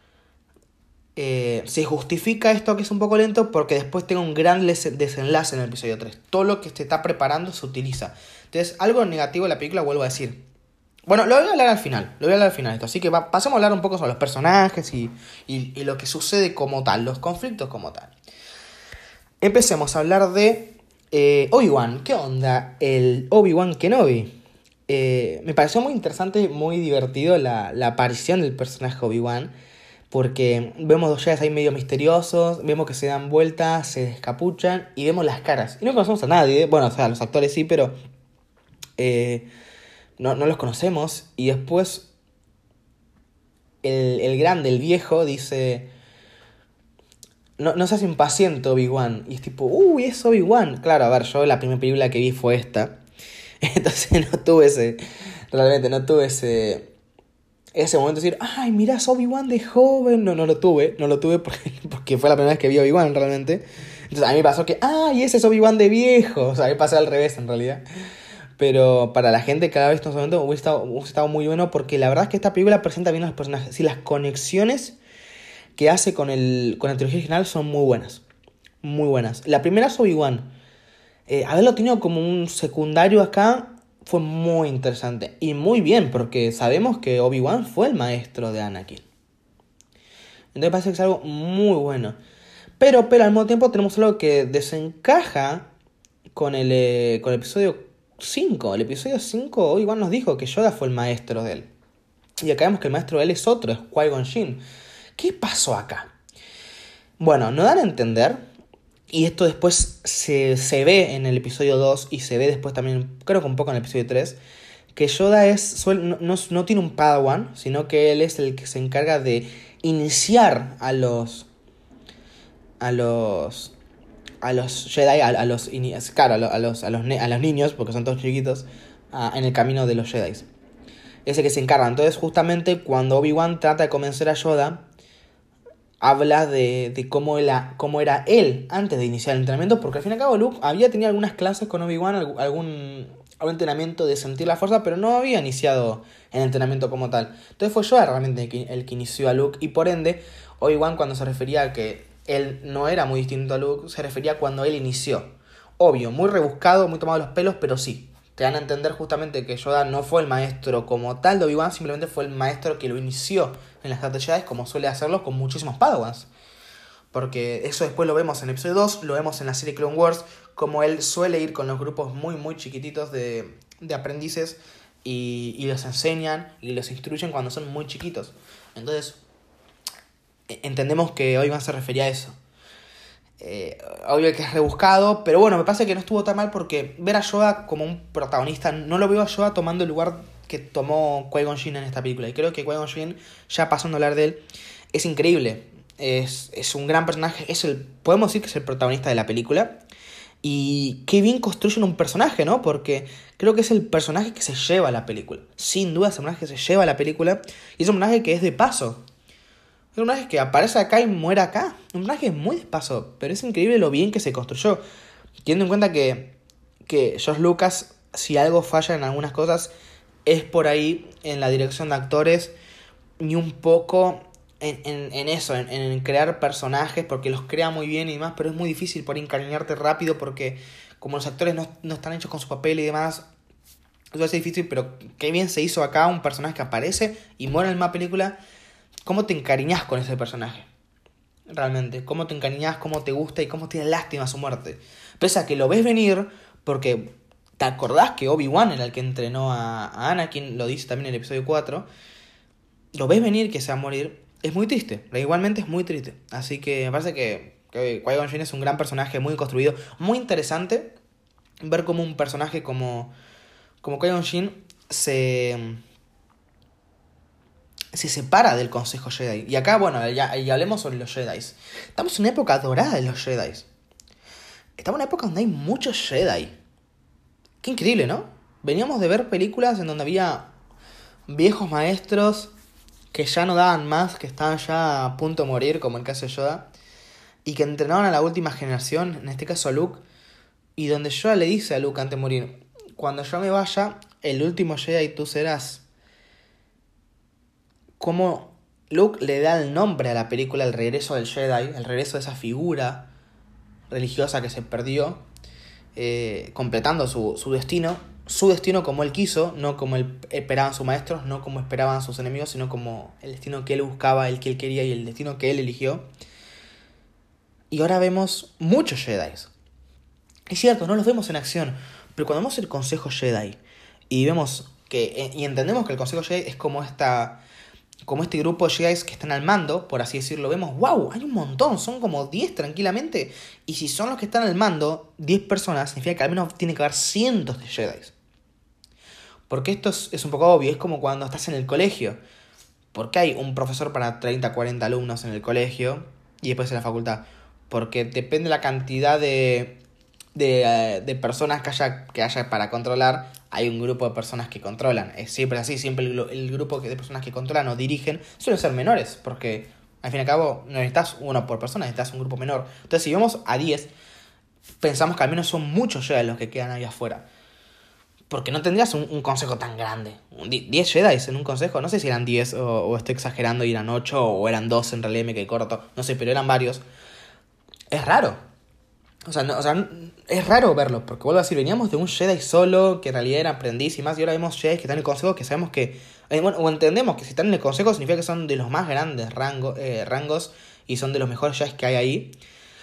se justifica esto que es un poco lento porque después tengo un gran desenlace en el episodio 3. Todo lo que se está preparando se utiliza. Entonces, algo negativo de la película, vuelvo a decir. Bueno, lo voy a hablar al final esto. Así que pasemos a hablar un poco sobre los personajes y lo que sucede como tal, los conflictos como tal. Empecemos a hablar de Obi-Wan. ¿Qué onda el Obi-Wan Kenobi? Me pareció muy interesante, muy divertido la aparición del personaje Obi-Wan, porque vemos dos Jedi ahí medio misteriosos, vemos que se dan vueltas, se descapuchan y vemos las caras. Y no conocemos a nadie, bueno, o sea, los actores sí, pero no los conocemos. Y después el grande, el viejo, dice, no seas impaciente, Obi-Wan. Y es tipo, uy, es Obi-Wan. Claro, a ver, yo la primera película que vi fue esta. Entonces no tuve ese momento de decir, ay, mirá, es Obi-Wan de joven. No lo tuve porque fue la primera vez que vi Obi-Wan realmente. Entonces a mí me pasó que, ay, ese es Obi-Wan de viejo. O sea, a mí pasó al revés en realidad. Pero para la gente que ha visto en ese momento hubiese estado muy bueno, porque la verdad es que esta película presenta bien a los personajes. Sí, las conexiones que hace con la trilogía original son muy buenas. Muy buenas. La primera es Obi-Wan. Haberlo tenido como un secundario acá fue muy interesante. Y muy bien, porque sabemos que Obi-Wan fue el maestro de Anakin. Entonces parece que es algo muy bueno. Pero al mismo tiempo tenemos algo que desencaja con el episodio 5. El episodio 5, Obi-Wan nos dijo que Yoda fue el maestro de él. Y acá vemos que el maestro de él es otro, es Qui-Gon Jinn. ¿Qué pasó acá? Bueno, nos dan a entender, y esto después se ve en el episodio 2 y se ve después también, creo que un poco en el episodio 3, que Yoda no tiene un Padawan, sino que él es el que se encarga de iniciar a los Jedi, a los niños, porque son todos chiquitos, en el camino de los Jedi. Es el que se encarga. Entonces, justamente, cuando Obi-Wan trata de convencer a Yoda, habla de cómo era él antes de iniciar el entrenamiento, porque al fin y al cabo Luke había tenido algunas clases con Obi-Wan, algún entrenamiento de sentir la fuerza, pero no había iniciado el entrenamiento como tal. Entonces fue Yoda realmente el que inició a Luke, y por ende, Obi-Wan, cuando se refería a que él no era muy distinto a Luke, se refería a cuando él inició. Obvio, muy rebuscado, muy tomado los pelos, pero sí. Te dan a entender justamente que Yoda no fue el maestro como tal de Obi-Wan, simplemente fue el maestro que lo inició en las estrategias, como suele hacerlo con muchísimos Padawans. Porque eso después lo vemos en el episodio 2, lo vemos en la serie Clone Wars, como él suele ir con los grupos muy muy chiquititos de aprendices y los enseñan y los instruyen cuando son muy chiquitos. Entonces, entendemos que Obi-Wan se refería a eso. Obvio que es rebuscado, pero bueno, me parece que no estuvo tan mal porque ver a Yoda como un protagonista, no lo veo a Yoda tomando el lugar que tomó Qui-Gon Jinn en esta película. Y creo que Qui-Gon Jinn, ya pasando a hablar de él, es increíble. Es un gran personaje, podemos decir que es el protagonista de la película. Y qué bien construyen un personaje, ¿no? Porque creo que es el personaje que se lleva la película. Sin duda es el personaje que se lleva la película. Y es un personaje que es de paso. Es un personaje que aparece acá y muere acá. Un personaje muy de paso. Pero es increíble lo bien que se construyó. Teniendo en cuenta que George Lucas, si algo falla en algunas cosas, es por ahí en la dirección de actores y un poco en eso, en crear personajes, porque los crea muy bien y demás, pero es muy difícil por encariñarte rápido porque como los actores no están hechos con su papel y demás, eso es difícil, pero qué bien se hizo acá un personaje que aparece y muere en la película. ¿Cómo te encariñas con ese personaje? Realmente, cómo te encariñas, cómo te gusta y cómo te da lástima su muerte. Pese a que lo ves venir, porque te acordás que Obi-Wan era el que entrenó a Anakin, lo dice también en el episodio 4, lo ves venir que se va a morir, es muy triste, igualmente es muy triste. Así que me parece que Qui-Gon Jinn es un gran personaje, muy construido, muy interesante ver cómo un personaje como Qui-Gon Jinn se separa del Consejo Jedi. Y acá, bueno, ya hablemos sobre los Jedi. Estamos en una época dorada de los Jedi. Estamos en una época donde hay muchos Jedi. Qué increíble, ¿no? Veníamos de ver películas en donde había viejos maestros que ya no daban más, que estaban ya a punto de morir, como el caso de Yoda, y que entrenaban a la última generación, en este caso a Luke, y donde Yoda le dice a Luke antes de morir: cuando yo me vaya, el último Jedi tú serás. Como Luke le da el nombre a la película, el regreso del Jedi, el regreso de esa figura religiosa que se perdió, completando su destino como él quiso, no como él esperaban sus maestros, no como esperaban sus enemigos, sino como el destino que él buscaba, el que él quería y el destino que él eligió. Y ahora vemos muchos Jedi. Es cierto, no los vemos en acción, pero cuando vemos el Consejo Jedi y vemos y entendemos que el Consejo Jedi es como este grupo de Jedi que están al mando, por así decirlo, vemos, wow, hay un montón, son como 10 tranquilamente. Y si son los que están al mando, 10 personas, significa que al menos tiene que haber cientos de Jedi. Porque esto es un poco obvio, es como cuando estás en el colegio. ¿Por qué hay un profesor para 30, 40 alumnos en el colegio y después en la facultad? Porque depende de la cantidad de personas que haya para controlar. Hay un grupo de personas que controlan. Es siempre así, siempre el grupo de personas que controlan o dirigen suelen ser menores, porque al fin y al cabo no necesitas uno por persona, necesitas un grupo menor. Entonces, si vemos a 10, pensamos que al menos son muchos Jedi los que quedan ahí afuera. Porque no tendrías un consejo tan grande. 10 Jedi en un consejo. No sé si eran 10 o estoy exagerando y eran 8 o eran 2 en realidad, me quedé corto. No sé, pero eran varios. Es raro. O sea, es raro verlo, porque vuelvo a decir, veníamos de un Jedi solo, que en realidad era aprendiz y más, y ahora vemos Jedi que están en el consejo, que sabemos que, o entendemos que si están en el consejo significa que son de los más grandes rangos y son de los mejores Jedi que hay ahí.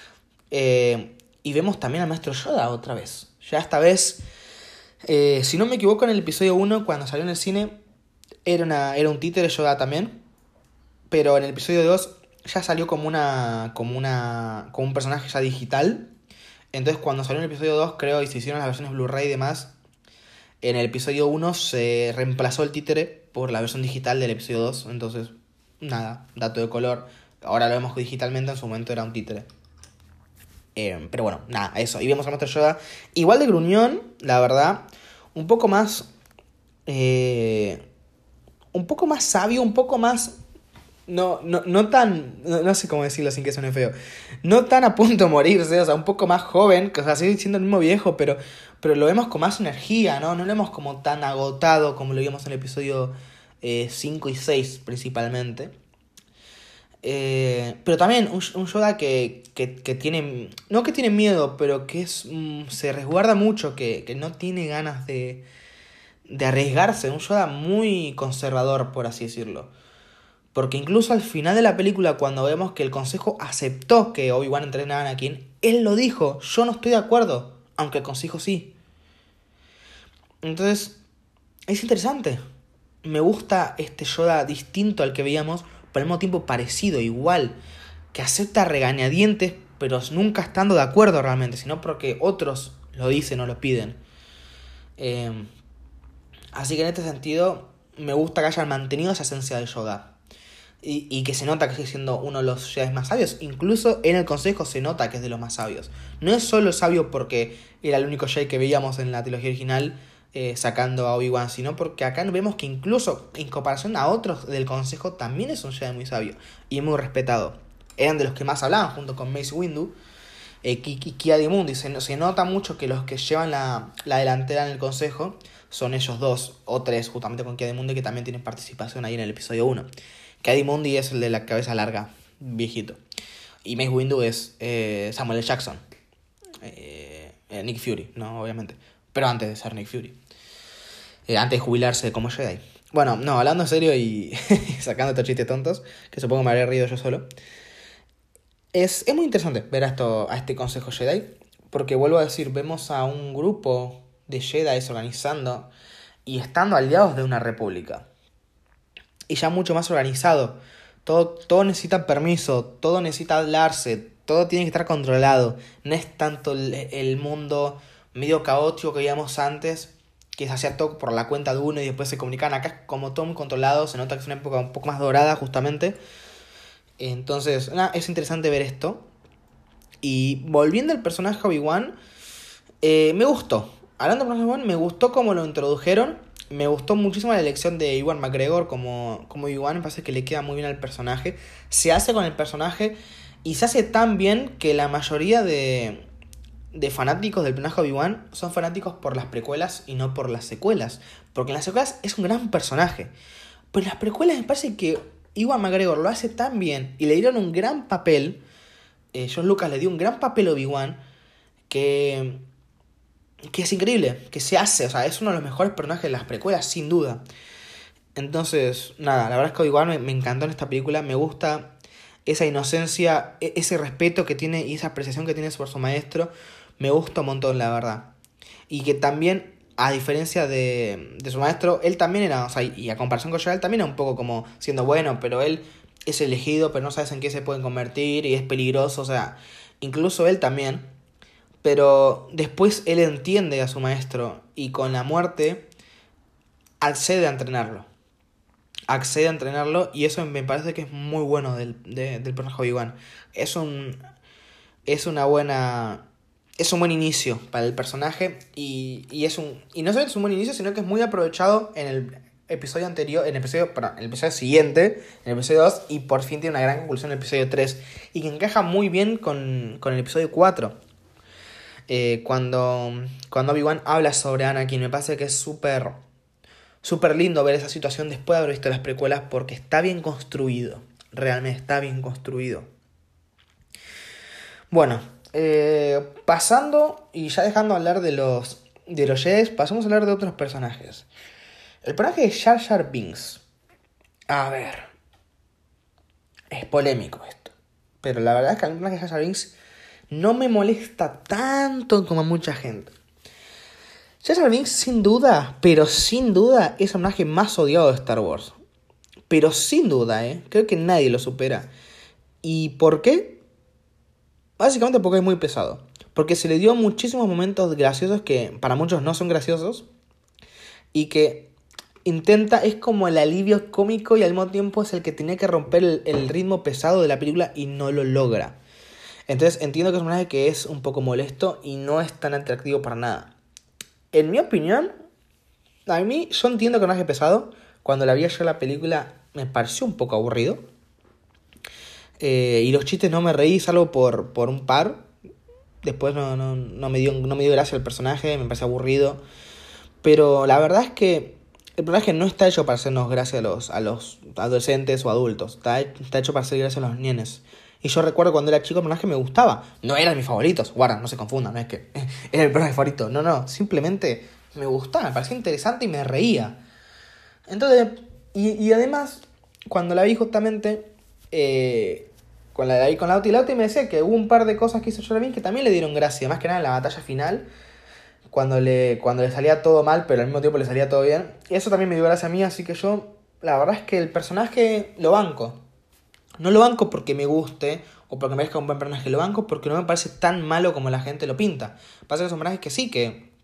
Y vemos también al maestro Yoda otra vez. Ya esta vez, si no me equivoco, en el episodio 1, cuando salió en el cine, era un títere Yoda también, pero en el episodio 2 ya salió como un personaje ya digital. Entonces cuando salió en el episodio 2, creo, y se hicieron las versiones Blu-ray y demás, En el episodio 1 se reemplazó el títere por la versión digital del episodio 2. Entonces, nada, dato de color. Ahora lo vemos digitalmente, en su momento era un títere. Pero bueno, nada, eso. Y vemos a Master Yoda igual de gruñón, la verdad. Un poco más... un poco más sabio, un poco más... No tan... No sé cómo decirlo sin que suene feo. No tan a punto de morirse, o sea, un poco más joven, que o sea, sigue siendo el mismo viejo, pero lo vemos con más energía, ¿no? No lo vemos como tan agotado como lo vimos en el episodio 5 y 6 principalmente. Pero también un Yoda que tiene... No que tiene miedo, pero que se resguarda mucho, que no tiene ganas de arriesgarse. Un Yoda muy conservador, por así decirlo. Porque incluso al final de la película, cuando vemos que el consejo aceptó que Obi-Wan entrenara a Anakin, él lo dijo, yo no estoy de acuerdo, aunque el consejo sí. Entonces, es interesante. Me gusta este Yoda distinto al que veíamos, pero al mismo tiempo parecido, igual, que acepta regañadientes, pero nunca estando de acuerdo realmente, sino porque otros lo dicen o lo piden. Así que en este sentido, me gusta que hayan mantenido esa esencia de Yoda. Y que se nota que sigue siendo uno de los Jedi más sabios. Incluso en el consejo se nota que es de los más sabios. No es solo sabio porque era el único Jedi que veíamos en la trilogía original sacando a Obi-Wan, sino porque acá vemos que incluso en comparación a otros del consejo también es un Jedi muy sabio y muy respetado. Eran de los que más hablaban junto con Mace Windu y Ki-Adi-Mundi. Se nota mucho que los que llevan la delantera en el consejo son ellos dos o tres, justamente con Ki-Adi-Mundi, que también tienen participación ahí en el episodio 1. Ki-Adi-Mundi es el de la cabeza larga, viejito. Y Mace Windu es Samuel L. Jackson. Nick Fury, ¿no? Obviamente. Pero antes de ser Nick Fury. Antes de jubilarse como Jedi. Bueno, no, hablando en serio y sacando estos chistes tontos, que supongo me habré reído yo solo. Es muy interesante ver a este consejo Jedi. Porque vuelvo a decir, vemos a un grupo de Jedi organizando y estando aliados de una república. Y ya mucho más organizado. Todo necesita permiso, todo necesita hablarse, todo tiene que estar controlado. No es tanto el mundo medio caótico que veíamos antes, que se hacía todo por la cuenta de uno y después se comunicaban. Acá es como todo muy controlado, se nota que es una época un poco más dorada justamente. Entonces, es interesante ver esto. Y volviendo al personaje Obi-Wan, me gustó. Hablando de personaje Obi-Wan, me gustó cómo lo introdujeron. Me gustó muchísimo la elección de Ewan McGregor como Obi-Wan. Me parece que le queda muy bien al personaje. Se hace con el personaje y se hace tan bien que la mayoría de fanáticos del personaje Obi-Wan son fanáticos por las precuelas y no por las secuelas. Porque en las secuelas es un gran personaje. Pero en las precuelas me parece que Ewan McGregor lo hace tan bien y le dieron un gran papel. George Lucas le dio un gran papel a Obi-Wan que es increíble, que se hace, o sea, es uno de los mejores personajes de las precuelas, sin duda. Entonces, nada, la verdad es que Obi-Wan me encantó en esta película, me gusta esa inocencia, ese respeto que tiene y esa apreciación que tiene por su maestro, me gusta un montón, la verdad. Y que también, a diferencia de su maestro, él también era, o sea, y a comparación con Yoda, él también era un poco como siendo bueno, pero él es elegido, pero no sabes en qué se pueden convertir y es peligroso, o sea, incluso él también. Pero después él entiende a su maestro y con la muerte accede a entrenarlo. Accede a entrenarlo y eso me parece que es muy bueno del personaje Obi-Wan. Es un buen inicio para el personaje y no solo es un buen inicio, sino que es muy aprovechado en el episodio anterior, en el episodio siguiente, en el episodio 2, y por fin tiene una gran conclusión en el episodio 3 y que encaja muy bien con el episodio 4. Cuando Obi-Wan habla sobre Anakin, me parece que es súper lindo ver esa situación después de haber visto las precuelas porque está bien construido, realmente está bien construido. Bueno, pasando y ya dejando de hablar de los Jedi, pasamos a hablar de otros personajes. El personaje de Jar Jar Binks. A ver, es polémico esto, pero la verdad es que el personaje de Jar Jar Binks no me molesta tanto como a mucha gente. Jar Jar Binks sin duda, pero sin duda, es el personaje más odiado de Star Wars. Pero sin duda, creo que nadie lo supera. ¿Y por qué? Básicamente porque es muy pesado. Porque se le dio muchísimos momentos graciosos que para muchos no son graciosos. y que intenta, es como el alivio cómico y al mismo tiempo es el que tiene que romper el ritmo pesado de la película y no lo logra. Entonces entiendo que es un personaje que es un poco molesto y no es tan atractivo para nada. En mi opinión, a mí yo entiendo que es un personaje pesado. Cuando la vi yo la película me pareció un poco aburrido. Y los chistes no me reí, salvo por un par. Después no me dio gracia el personaje, me pareció aburrido. Pero la verdad es que el personaje no está hecho para hacernos gracia a los adolescentes o adultos. Está hecho para hacer gracia a los nenes. Y yo recuerdo cuando era chico el personaje me gustaba. No eran mis favoritos. Guarda, no se confundan, no es que era el personaje favorito. No, simplemente me gustaba, me parecía interesante y me reía. Entonces, y además, cuando la vi justamente, cuando la vi con Lauti me decía que hubo un par de cosas que hizo Jeremy que también le dieron gracia. Más que nada en la batalla final, cuando le salía todo mal, pero al mismo tiempo le salía todo bien. Y eso también me dio gracia a mí, así que yo, la verdad es que el personaje lo banco. No lo banco porque me guste o porque me parezca un buen personaje, lo banco porque no me parece tan malo como la gente lo pinta. Pasa que es un personaje que sí,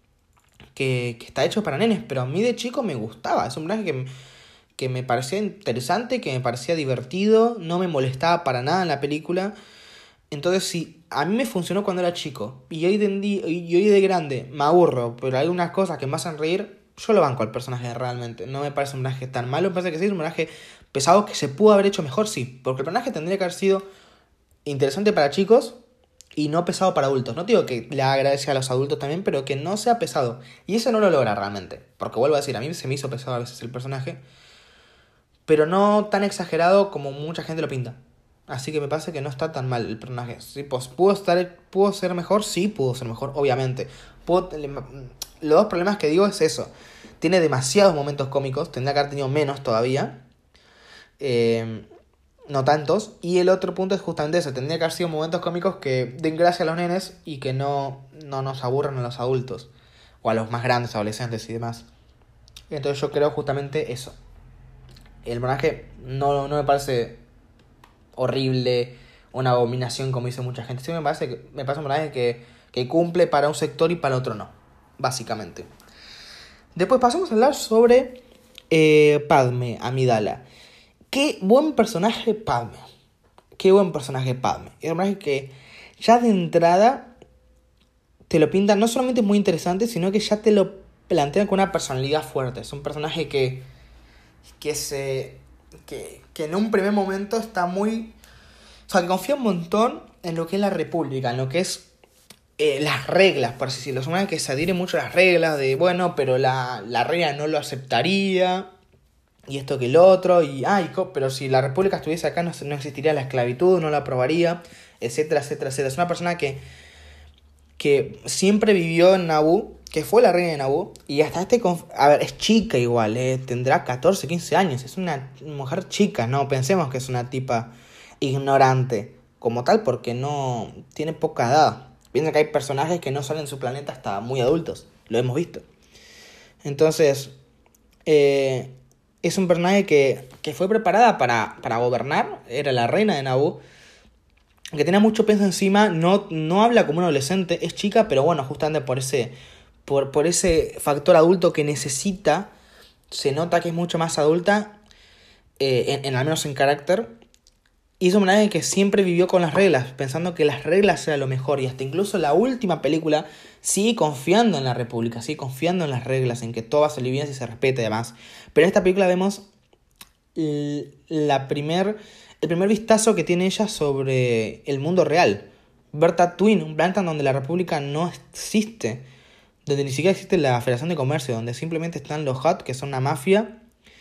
que está hecho para nenes, pero a mí de chico me gustaba. Es un personaje que me parecía interesante, que me parecía divertido, no me molestaba para nada en la película. Entonces, si a mí me funcionó cuando era chico y hoy de grande me aburro, pero hay algunas cosas que me hacen reír, yo lo banco al personaje realmente. No me parece un personaje tan malo, me parece que sí es un personaje pesado que se pudo haber hecho mejor, sí. Porque el personaje tendría que haber sido interesante para chicos y no pesado para adultos. No digo que le agradezca a los adultos también, pero que no sea pesado. Y eso no lo logra realmente. Porque vuelvo a decir, a mí se me hizo pesado a veces el personaje, pero no tan exagerado como mucha gente lo pinta. Así que me parece que no está tan mal el personaje. Sí, pues, ¿pudo ser mejor? Sí, pudo ser mejor, obviamente. Los dos problemas que digo es eso. Tiene demasiados momentos cómicos, tendría que haber tenido menos todavía. No tantos. Y el otro punto es justamente eso. Tendría que haber sido momentos cómicos que den gracia a los nenes y que no nos aburran a los adultos. O a los más grandes, adolescentes y demás. Entonces yo creo justamente eso. El personaje no me parece horrible, una abominación como dice mucha gente. Sí me parece un personaje que cumple para un sector y para otro no. Básicamente. Después pasamos a hablar sobre Padme Amidala. Qué buen personaje Padme. Qué buen personaje Padme. Es un personaje que ya de entrada te lo pintan, no solamente muy interesante, sino que ya te lo plantean con una personalidad fuerte. Es un personaje que en un primer momento está muy... O sea, que confía un montón en lo que es la república, en lo que es las reglas, por así decirlo. Es una que se adhiere mucho a las reglas de, bueno, pero la reina no lo aceptaría, y esto que el otro, pero si la república estuviese acá no existiría la esclavitud, no la aprobaría, etcétera, etcétera, etcétera. Es una persona que siempre vivió en Naboo, que fue la reina de Naboo, y hasta a ver, es chica igual, tendrá 14, 15 años, es una mujer chica, no pensemos que es una tipa ignorante como tal, porque no tiene poca edad. Piensa que hay personajes que no salen de su planeta hasta muy adultos, lo hemos visto. Entonces, es un personaje que fue preparada para gobernar, era la reina de Naboo, que tenía mucho peso encima, no habla como un adolescente, es chica, pero bueno, justamente por ese factor adulto que necesita, se nota que es mucho más adulta, al menos en carácter, y es un personaje que siempre vivió con las reglas, pensando que las reglas eran lo mejor, y hasta incluso la última película sigue confiando en la república, sigue confiando en las reglas, en que todo va a salir bien si se respeta y demás. Pero en esta película vemos el primer vistazo que tiene ella sobre el mundo real. Ver Tatooine, un planeta donde la república no existe, donde ni siquiera existe la Federación de Comercio, donde simplemente están los Hutt, que son una mafia,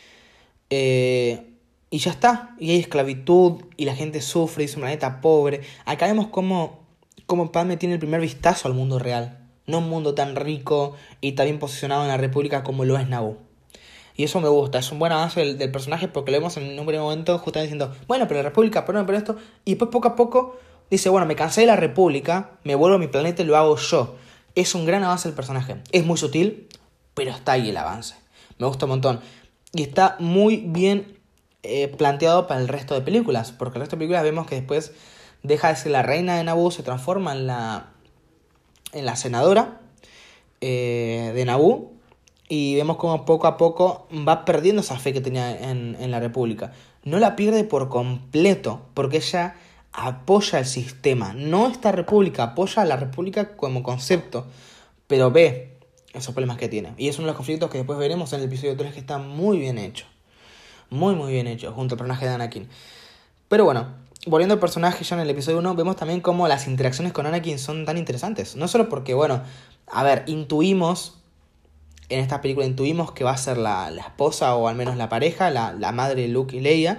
y ya está, y hay esclavitud, y la gente sufre, y es un planeta pobre. Acá vemos cómo Padme tiene el primer vistazo al mundo real, no un mundo tan rico y tan bien posicionado en la república como lo es Naboo. Y eso me gusta, es un buen avance del personaje, porque lo vemos en un primer momento justamente diciendo, bueno, pero la república, pero esto, y después poco a poco dice, bueno, me cansé de la república, me vuelvo a mi planeta y lo hago yo. Es un gran avance del personaje, es muy sutil, pero está ahí el avance, me gusta un montón. Y está muy bien planteado para el resto de películas, porque el resto de películas vemos que después deja de ser la reina de Naboo, se transforma en la senadora de Naboo, Y vemos como poco a poco va perdiendo esa fe que tenía en la República. No la pierde por completo, porque ella apoya el sistema. No esta República, apoya a la República como concepto, pero ve esos problemas que tiene. Y es uno de los conflictos que después veremos en el episodio 3, que está muy bien hecho. Muy, muy bien hecho, junto al personaje de Anakin. Pero bueno, volviendo al personaje ya en el episodio 1, vemos también cómo las interacciones con Anakin son tan interesantes. No solo porque, bueno, a ver, en esta película intuimos que va a ser la esposa o al menos la pareja, la madre de Luke y Leia.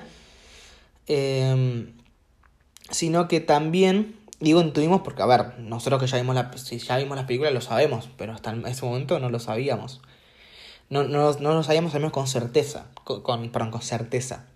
Sino que también, digo intuimos porque, a ver, nosotros que si ya vimos las películas lo sabemos, pero hasta ese momento no lo sabíamos. No lo sabíamos al menos con certeza. Perdón, con certeza.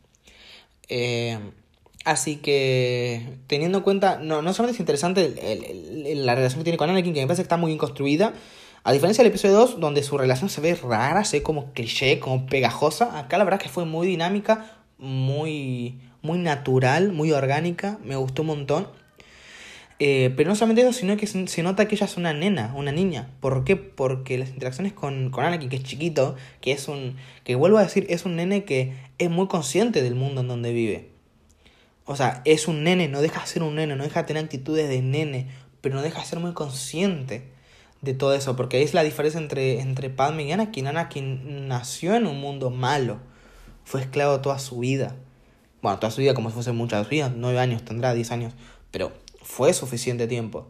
Así que, teniendo en cuenta, no solamente es interesante la relación que tiene con Anakin, que me parece que está muy bien construida. A diferencia del episodio 2, donde su relación se ve rara, se ve como cliché, como pegajosa. Acá la verdad es que fue muy dinámica, muy natural, muy orgánica. Me gustó un montón. Pero no solamente eso, sino que se nota que ella es una nena, una niña. ¿Por qué? Porque las interacciones con Anakin, que es chiquito, que vuelvo a decir, es un nene que es muy consciente del mundo en donde vive. O sea, es un nene, no deja de ser un nene, no deja de tener actitudes de nene, pero no deja de ser muy consciente de todo eso, porque es la diferencia entre Padme y Anakin. Anakin nació en un mundo malo, fue esclavo toda su vida. Bueno, toda su vida como si fuese muchas vidas, 9 años tendrá, 10 años, pero fue suficiente tiempo.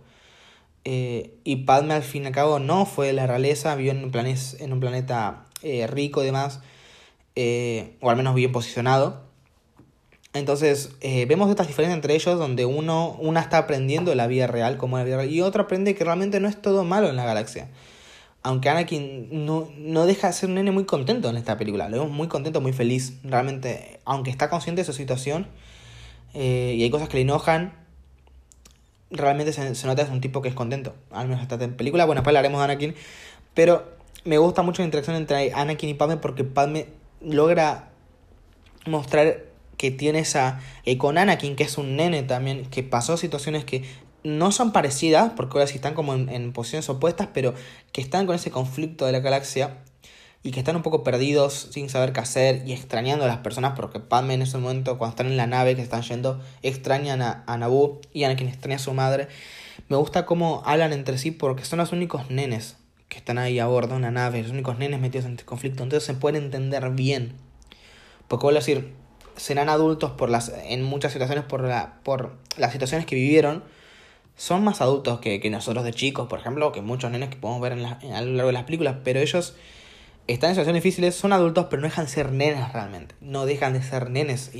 Y Padme al fin y al cabo no fue de la realeza, vivió en un planeta rico y demás, o al menos bien posicionado. Entonces vemos estas diferencias entre ellos, donde una está aprendiendo la vida real, como la vida real, y otro aprende que realmente no es todo malo en la galaxia. Aunque Anakin no deja de ser un nene muy contento en esta película. Lo vemos muy contento, muy feliz. Realmente, aunque está consciente de su situación y hay cosas que le enojan, realmente se nota que es un tipo que es contento. Al menos hasta en película. Bueno, después hablaremos de Anakin. Pero me gusta mucho la interacción entre Anakin y Padme, porque Padme logra mostrar que tiene con Anakin, que es un nene también, que pasó situaciones que no son parecidas, porque ahora sí están como en posiciones opuestas, pero que están con ese conflicto de la galaxia y que están un poco perdidos, sin saber qué hacer y extrañando a las personas, porque Padme en ese momento, cuando están en la nave que están yendo, extrañan a Naboo, y Anakin extraña a su madre. Me gusta cómo hablan entre sí, porque son los únicos nenes que están ahí a bordo de una nave, los únicos nenes metidos en este conflicto, entonces se pueden entender bien. Porque vuelvo a decir, serán adultos en muchas situaciones por las situaciones que vivieron. Son más adultos que nosotros de chicos, por ejemplo, que muchos nenes que podemos ver a lo largo de las películas, pero ellos están en situaciones difíciles, son adultos, pero no dejan de ser nenes realmente. No dejan de ser nenes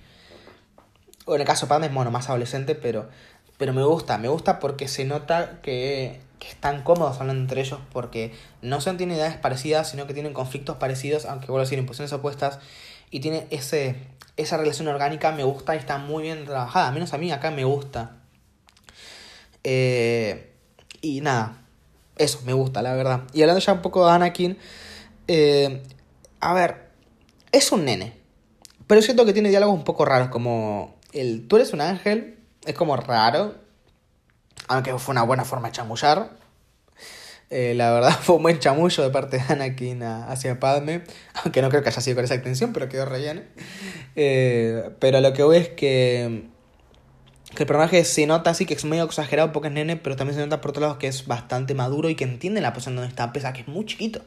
o en el caso de Padme es más adolescente, pero me gusta porque se nota que están cómodos hablando entre ellos, porque no solo tienen edades parecidas, sino que tienen conflictos parecidos, aunque vuelvo a decir en posiciones opuestas, y tiene esa relación orgánica. Me gusta y está muy bien trabajada, al menos a mí acá me gusta. Y nada, eso me gusta, la verdad. Y hablando ya un poco de Anakin, a ver, es un nene, pero siento que tiene diálogos un poco raros, como tú eres un ángel, es como raro, aunque fue una buena forma de chamullar. La verdad fue un buen chamullo de parte de Anakin hacia Padme, aunque no creo que haya sido con esa intención, pero quedó re bien. Pero lo que voy es que el personaje se nota así que es medio exagerado porque es nene, pero también se nota por otro lado que es bastante maduro y que entiende la posición donde está, pese a que es muy chiquito.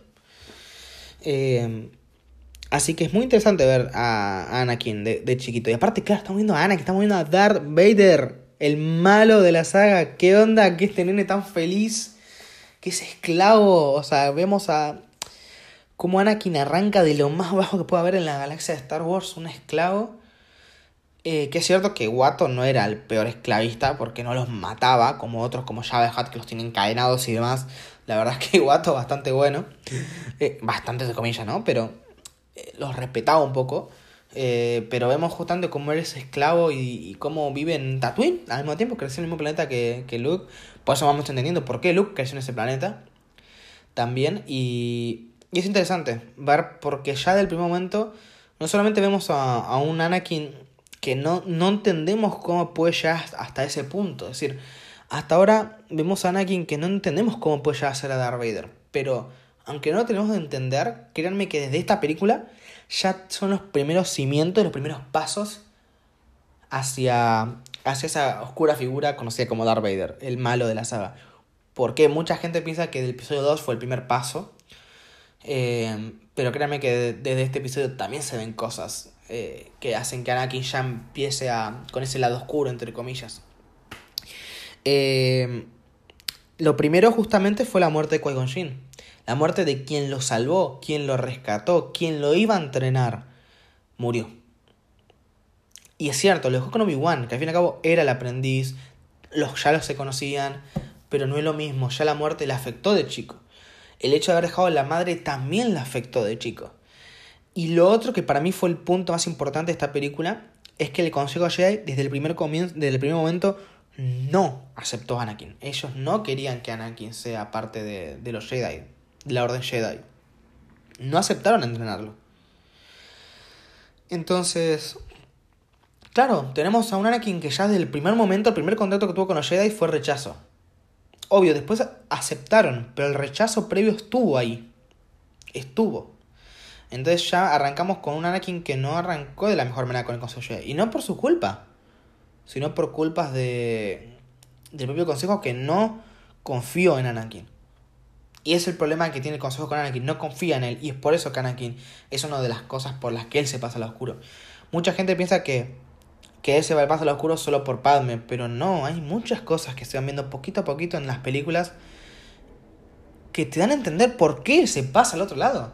Así que es muy interesante ver a Anakin de chiquito. Y aparte, claro, estamos viendo a Anakin, estamos viendo a Darth Vader, el malo de la saga. ¿Qué onda que este nene tan feliz, que es esclavo? O sea, vemos a cómo Anakin arranca de lo más bajo que puede haber en la galaxia de Star Wars, un esclavo. Que es cierto que Watto no era el peor esclavista porque no los mataba como otros, como Jabba the Hutt, que los tienen encadenados y demás. La verdad es que Watto bastante bueno. Bastante de comillas, ¿no? Pero los respetaba un poco. Pero vemos justamente cómo él es esclavo y cómo vive en Tatooine. Al mismo tiempo creció en el mismo planeta que Luke. Por eso vamos entendiendo por qué Luke creció en ese planeta también. Y es interesante ver, porque ya del primer momento no solamente vemos a un Anakin que no entendemos cómo puede llegar hasta ese punto. Es decir, hasta ahora vemos a Anakin que no entendemos cómo puede llegar a ser a Darth Vader. Pero aunque no lo tenemos que entender, créanme que desde esta película ya son los primeros cimientos, los primeros pasos hacia esa oscura figura conocida como Darth Vader, el malo de la saga. Porque mucha gente piensa que el episodio 2 fue el primer paso, pero créanme que desde este episodio también se ven cosas que hacen que Anakin ya empiece con ese lado oscuro, entre comillas. Lo primero justamente fue la muerte de Qui-Gon Jinn. La muerte de quien lo salvó, quien lo rescató, quien lo iba a entrenar. Murió. Y es cierto, lo dejó con Obi-Wan, que al fin y al cabo era el aprendiz, ya los se conocían, pero no es lo mismo, ya la muerte le afectó de chico. El hecho de haber dejado a la madre también le afectó de chico. Y lo otro que para mí fue el punto más importante de esta película es que el Consejo Jedi desde el primer momento no aceptó a Anakin. Ellos no querían que Anakin sea parte de los Jedi, de la Orden Jedi. No aceptaron entrenarlo. Entonces, claro, tenemos a un Anakin que ya desde el primer momento, el primer contacto que tuvo con los Jedi fue rechazo. Obvio, después aceptaron, pero el rechazo previo estuvo ahí. Estuvo. Entonces ya arrancamos con un Anakin que no arrancó de la mejor manera con el Consejo Jedi. Y no por su culpa, sino por culpas del propio Consejo que no confió en Anakin. Y es el problema que tiene el Consejo con Anakin, no confía en él. Y es por eso que Anakin es una de las cosas por las que él se pasa al oscuro. Mucha gente piensa que él se va al paso al oscuro solo por Padme, pero no, hay muchas cosas que se van viendo poquito a poquito en las películas que te dan a entender por qué se pasa al otro lado.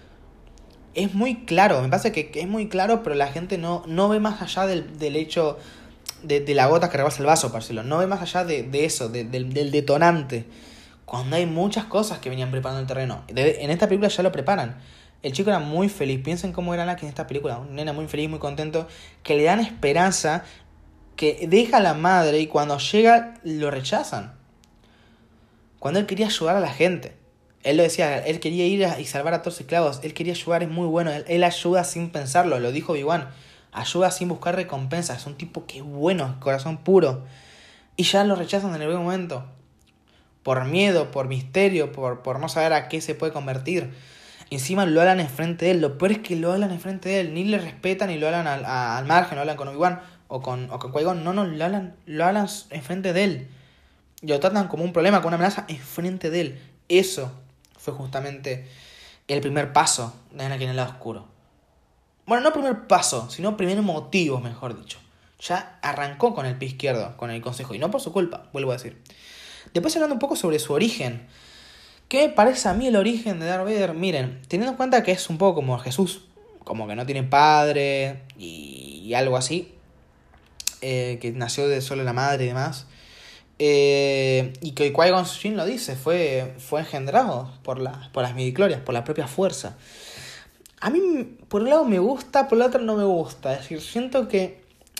Es muy claro, me parece que es muy claro, pero la gente no ve más allá del hecho de la gota que rebasa el vaso, parcelo. No ve más allá de eso, del detonante. Cuando hay muchas cosas que venían preparando el terreno. En esta película ya lo preparan. El chico era muy feliz. Piensen cómo era Anakin en esta película. Un nena muy feliz, muy contento. Que le dan esperanza. Que deja a la madre y cuando llega lo rechazan. Cuando él quería ayudar a la gente. Él lo decía, él quería ir y salvar a todos los esclavos. Él quería ayudar, es muy bueno. Él ayuda sin pensarlo, lo dijo Obi-Wan. Ayuda sin buscar recompensas. Es un tipo que es bueno, corazón puro. Y ya lo rechazan en el buen momento. Por miedo, por misterio, por no saber a qué se puede convertir. Encima lo hablan enfrente de él. Lo peor es que lo hablan enfrente de él. Ni le respetan ni lo hablan al margen. Lo hablan con Obi-Wan o con Qui-Gon. No, lo hablan enfrente de él. Y lo tratan como un problema, como una amenaza enfrente de él. Eso fue justamente el primer paso de Anakin en el lado oscuro. Bueno, no primer paso, sino primer motivo, mejor dicho. Ya arrancó con el pie izquierdo, con el consejo. Y no por su culpa, vuelvo a decir. Después hablando un poco sobre su origen. ¿Qué me parece a mí el origen de Darth Vader? Miren, teniendo en cuenta que es un poco como Jesús. Como que no tiene padre y algo así. Que nació de solo la madre y demás. Y que Qui-Gon Jinn lo dice. Fue engendrado por las midichlorias, por la propia fuerza. A mí, por un lado me gusta, por el otro no me gusta. Es decir, siento que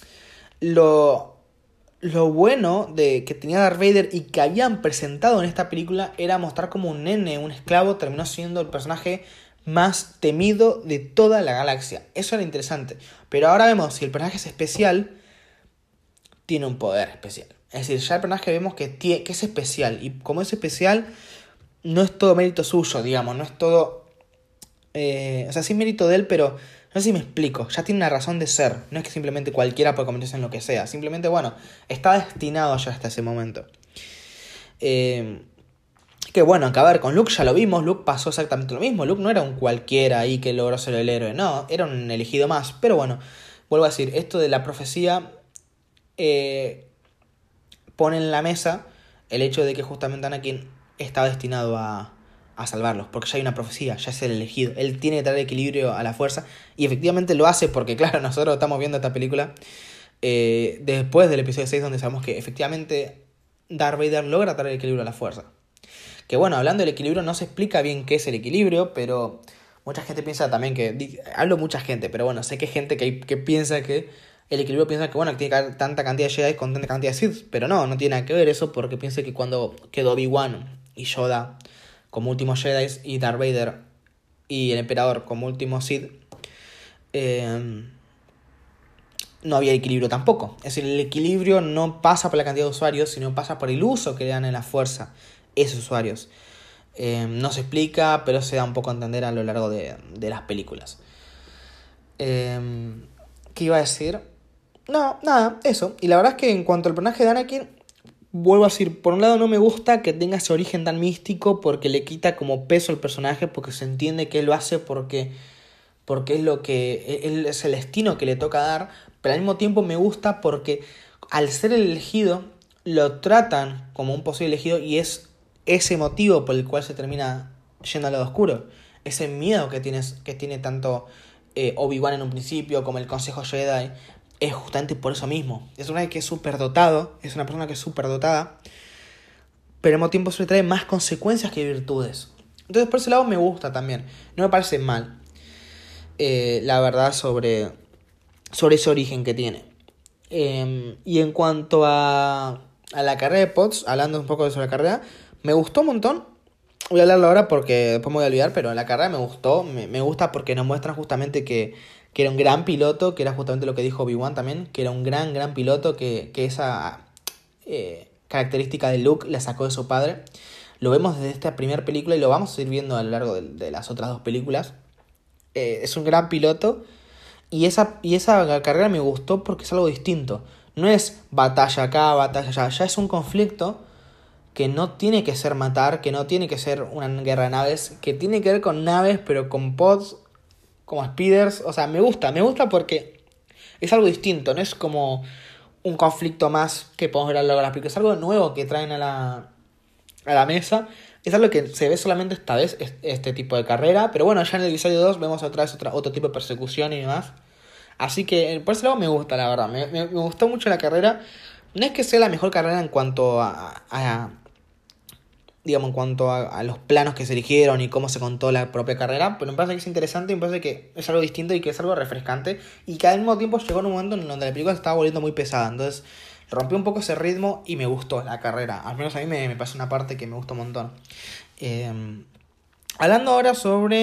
lo bueno de que tenía Darth Vader y que habían presentado en esta película era mostrar como un nene, un esclavo, terminó siendo el personaje más temido de toda la galaxia. Eso era interesante. Pero ahora vemos, si el personaje es especial, tiene un poder especial. Es decir, ya el personaje vemos que es especial. Y como es especial, no es todo mérito suyo, digamos. No es todo... o sea, sí mérito de él, pero... No sé si me explico, ya tiene una razón de ser. No es que simplemente cualquiera puede convertirse en lo que sea. Simplemente, bueno, está destinado ya hasta ese momento. Que bueno, que a ver, con Luke ya lo vimos. Luke pasó exactamente lo mismo. Luke no era un cualquiera ahí que logró ser el héroe. No, era un elegido más. Pero bueno, vuelvo a decir, esto de la profecía pone en la mesa el hecho de que justamente Anakin está destinado a salvarlos, porque ya hay una profecía, ya es el elegido, él tiene que traer equilibrio a la fuerza, y efectivamente lo hace, porque claro, nosotros estamos viendo esta película después del episodio 6, donde sabemos que efectivamente Darth Vader logra traer equilibrio a la fuerza. Que bueno, hablando del equilibrio, no se explica bien qué es el equilibrio, pero mucha gente piensa también que, hablo mucha gente, pero bueno, sé que hay gente que piensa que el equilibrio, piensa que bueno, que tiene que haber tanta cantidad de Jedi con tanta cantidad de Sith, pero no tiene nada que ver eso, porque piensa que cuando quedó Obi-Wan y Yoda como últimos Jedi y Darth Vader y el Emperador como últimos Sith, no había equilibrio tampoco. Es decir, el equilibrio no pasa por la cantidad de usuarios, sino pasa por el uso que le dan en la fuerza esos usuarios. No se explica, pero se da un poco a entender a lo largo de las películas. ¿Qué iba a decir? No, nada, eso. Y la verdad es que en cuanto al personaje de Anakin, vuelvo a decir, por un lado no me gusta que tenga ese origen tan místico porque le quita como peso al personaje, porque se entiende que él lo hace porque es lo que es el destino que le toca dar, pero al mismo tiempo me gusta porque al ser el elegido lo tratan como un posible elegido y es ese motivo por el cual se termina yendo al lado oscuro, ese miedo que tiene tanto Obi-Wan en un principio como el Consejo Jedi, es justamente por eso mismo. Es una que es súper dotado, es una persona que es súper dotada, pero al mismo tiempo se le trae más consecuencias que virtudes. Entonces por ese lado me gusta también, no me parece mal. La verdad sobre ese origen que tiene. Y en cuanto a la carrera de Potts, hablando un poco sobre la carrera, me gustó un montón. Voy a hablarlo ahora porque después me voy a olvidar, pero la carrera me gustó. Me gusta porque nos muestran justamente que era un gran piloto, que era justamente lo que dijo Obi-Wan también, que era un gran piloto, que esa característica de Luke la sacó de su padre. Lo vemos desde esta primera película y lo vamos a ir viendo a lo largo de las otras dos películas. Es un gran piloto y esa carrera me gustó porque es algo distinto. No es batalla acá, batalla allá. Ya es un conflicto que no tiene que ser matar, que no tiene que ser una guerra de naves, que tiene que ver con naves, pero con pods, como speeders. O sea, me gusta porque es algo distinto. No es como un conflicto más que podemos ver a lo largo de las películas. Es algo nuevo que traen a la mesa. Es algo que se ve solamente esta vez, este tipo de carrera. Pero bueno, ya en el episodio 2 vemos otra vez otro tipo de persecución y demás. Así que por ese lado me gusta, la verdad. Me gustó mucho la carrera. No es que sea la mejor carrera en cuanto digamos, en cuanto a los planos que se eligieron y cómo se contó la propia carrera, pero me parece que es interesante y me parece que es algo distinto y que es algo refrescante y que al mismo tiempo llegó en un momento en donde la película se estaba volviendo muy pesada, entonces rompió un poco ese ritmo y me gustó la carrera, al menos a mí me parece una parte que me gustó un montón. Hablando ahora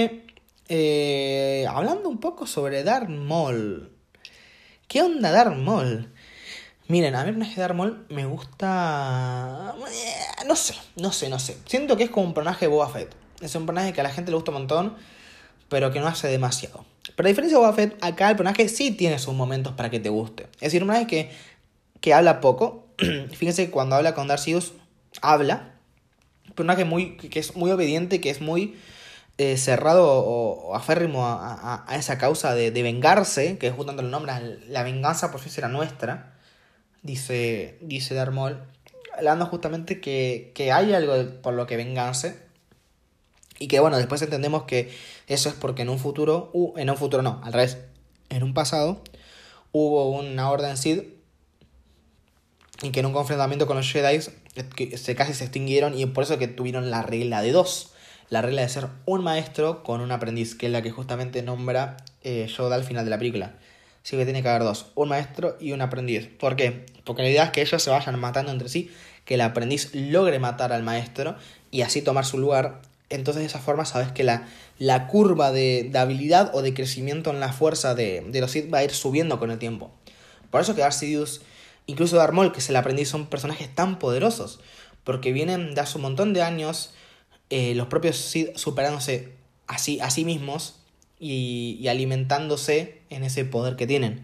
hablando un poco sobre Darth Maul. ¿Qué onda Darth Maul? Miren, a mí el personaje de Darth Maul me gusta... No sé. Siento que es como un personaje de Boba Fett. Es un personaje que a la gente le gusta un montón, pero que no hace demasiado. Pero a diferencia de Boba Fett, acá el personaje sí tiene sus momentos para que te guste. Es decir, un personaje que habla poco. Fíjense que cuando habla con Darth Sidious, habla. Un personaje que es muy obediente, que es muy cerrado o aférrimo a esa causa de vengarse, que es justamente el nombre, la venganza por fin será nuestra. Dice Darth Maul, hablando justamente que hay algo por lo que vengarse y que bueno, después entendemos que eso es porque en un futuro no, al revés, en un pasado hubo una orden Sith y que en un confrontamiento con los Jedi casi se extinguieron y por eso que tuvieron la regla de dos, la regla de ser un maestro con un aprendiz, que es la que justamente nombra Yoda al final de la película. Sí que tiene que haber dos, un maestro y un aprendiz. ¿Por qué? Porque la idea es que ellos se vayan matando entre sí, que el aprendiz logre matar al maestro y así tomar su lugar. Entonces de esa forma sabes que la curva de habilidad o de crecimiento en la fuerza de los Sith va a ir subiendo con el tiempo. Por eso que Darth Sidious, incluso Darth Maul, que es el aprendiz, son personajes tan poderosos. Porque vienen de hace un montón de años los propios Sith superándose a sí mismos y alimentándose en ese poder que tienen.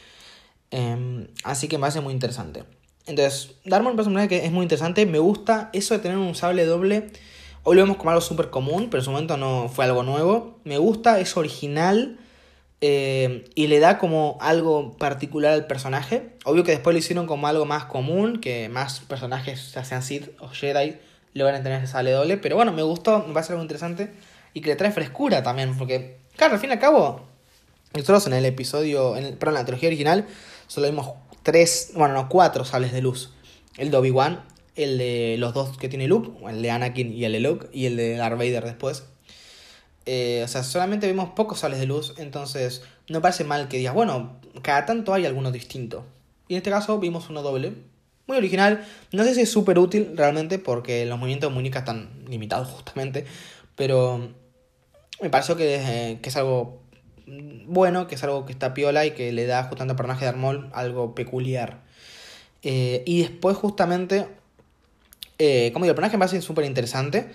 Así que me parece muy interesante. Entonces, Darth Maul me parece un personaje que es muy interesante. Me gusta eso de tener un sable doble. Hoy lo vemos como algo súper común, pero en su momento no fue algo nuevo. Me gusta, es original y le da como algo particular al personaje. Obvio que después lo hicieron como algo más común, que más personajes, ya sean Sith o Jedi, logran tener ese sable doble. Pero bueno, me gustó, me parece algo interesante y que le trae frescura también, porque claro, al fin y al cabo, nosotros en el episodio, en la trilogía original, solo vimos 4 sables de luz. El de Obi-Wan, el de los dos que tiene Luke, el de Anakin y el de Luke, y el de Darth Vader después. O sea, solamente vimos pocos sables de luz, entonces no parece mal que digas, bueno, cada tanto hay alguno distinto. Y en este caso vimos uno doble, muy original. No sé si es súper útil realmente, porque los movimientos de muñeca están limitados justamente, pero me pareció que es algo bueno, que es algo que está piola y que le da justamente al personaje de Darth Maul algo peculiar. Y después justamente, como digo, el personaje me parece súper interesante.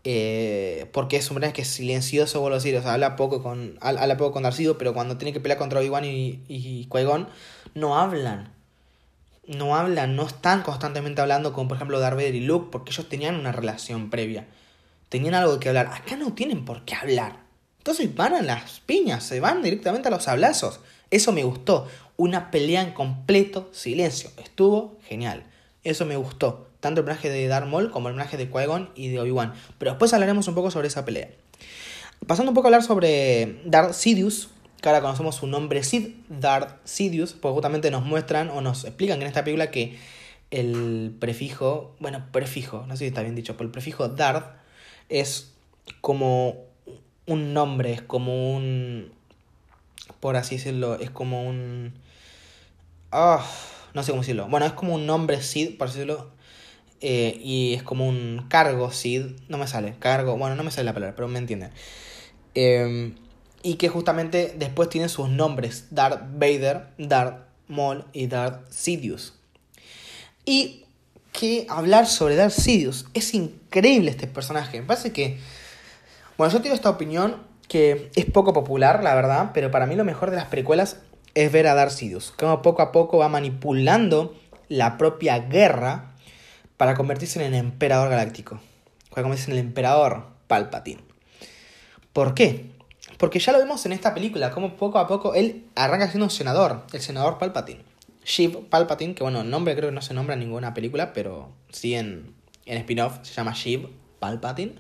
Porque es un personaje que es silencioso, vuelvo a decir, o sea, habla poco con Darth Sidious, pero cuando tiene que pelear contra Obi-Wan y Qui-Gon, no hablan. No hablan, no están constantemente hablando como por ejemplo Darth Vader y Luke, porque ellos tenían una relación previa. Tenían algo que hablar. Acá no tienen por qué hablar. Entonces van a las piñas, se van directamente a los hablazos. Eso me gustó. Una pelea en completo silencio. Estuvo genial. Eso me gustó. Tanto el personaje de Darth Maul como el personaje de Qui-Gon y de Obi-Wan. Pero después hablaremos un poco sobre esa pelea. Pasando un poco a hablar sobre Darth Sidious, que ahora conocemos su nombre Sid, Darth Sidious, porque justamente nos muestran o nos explican que en esta película que el prefijo, no sé si está bien dicho, pero el prefijo Darth es como un nombre, es como un, por así decirlo, es como un, no sé cómo decirlo, bueno, es como un nombre Sid, por así decirlo, y es como un cargo Sid, no me sale la palabra, pero me entienden. Y que justamente después tienen sus nombres, Darth Vader, Darth Maul y Darth Sidious. Y que hablar sobre Darth Sidious, es increíble este personaje. Me parece que, bueno, yo tengo esta opinión que es poco popular, la verdad, pero para mí lo mejor de las precuelas es ver a Darth Sidious, como poco a poco va manipulando la propia guerra para convertirse en el emperador galáctico, para convertirse en el emperador Palpatine. ¿Por qué? Porque ya lo vemos en esta película, como poco a poco él arranca siendo un senador, el senador Palpatine. Sheev Palpatine, que bueno, el nombre creo que no se nombra en ninguna película, pero sí en spin-off se llama Sheev Palpatine.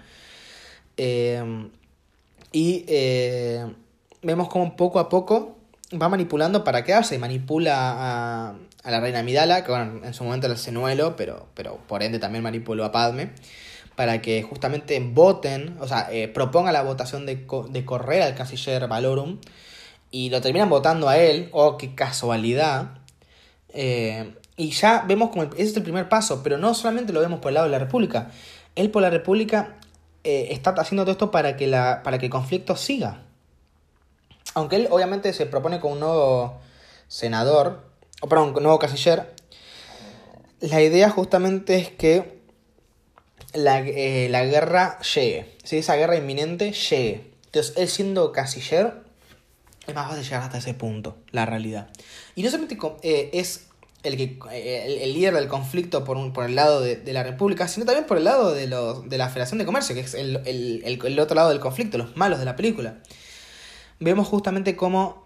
Vemos como poco a poco va manipulando para quedarse. Manipula a la reina Amidala, que bueno, en su momento era el señuelo, pero por ende también manipuló a Padme, para que justamente voten, o sea, proponga la votación de correr al canciller Valorum, y lo terminan votando a él. Oh, qué casualidad. Y ya vemos como ese es el primer paso, pero no solamente lo vemos por el lado de la República. Él por la República está haciendo todo esto para que el conflicto siga. Aunque él obviamente se propone como un nuevo senador, un nuevo canciller, la idea justamente es que la guerra llegue. Si esa guerra inminente llegue. Entonces él siendo canciller es más fácil llegar hasta ese punto, la realidad. Y no solamente es el líder del conflicto por el lado de la República, sino también por el lado de la Federación de Comercio, que es el otro lado del conflicto, los malos de la película. Vemos justamente cómo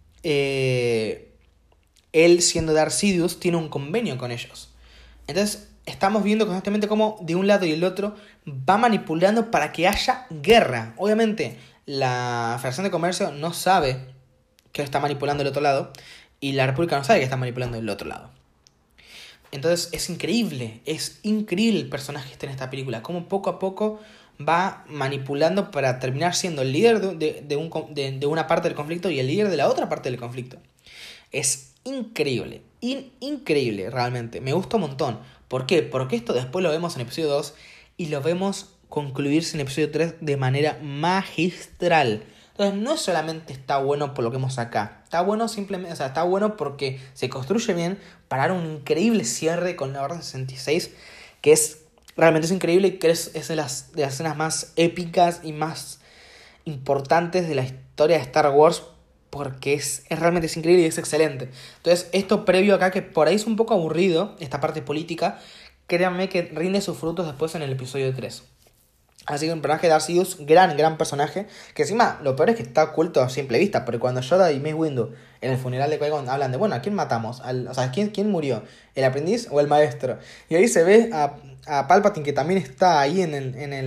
él, siendo Darth Sidious, tiene un convenio con ellos. Entonces estamos viendo constantemente cómo de un lado y el otro va manipulando para que haya guerra. Obviamente la Federación de Comercio no sabe que está manipulando el otro lado, y la República no sabe que está manipulando el otro lado. Entonces es increíble el personaje que está en esta película, cómo poco a poco va manipulando para terminar siendo el líder de una parte del conflicto y el líder de la otra parte del conflicto. Es increíble, increíble realmente, me gusta un montón. ¿Por qué? Porque esto después lo vemos en episodio 2 y lo vemos concluirse en episodio 3 de manera magistral. Entonces no solamente está bueno por lo que vemos acá, está bueno simplemente, o sea, está bueno porque se construye bien para dar un increíble cierre con la Orden 66, que realmente es increíble y que es de las escenas más épicas y más importantes de la historia de Star Wars, porque realmente es increíble y es excelente. Entonces esto previo acá, que por ahí es un poco aburrido, esta parte política, créanme que rinde sus frutos después en el episodio 3. Así que un personaje de Darth Sidious, gran personaje, que encima lo peor es que está oculto a simple vista, porque cuando Yoda y Mace Windu en el funeral de Qui-Gon hablan de, bueno, ¿a quién matamos? ¿Quién murió? ¿El aprendiz o el maestro? Y ahí se ve a Palpatine, que también está ahí en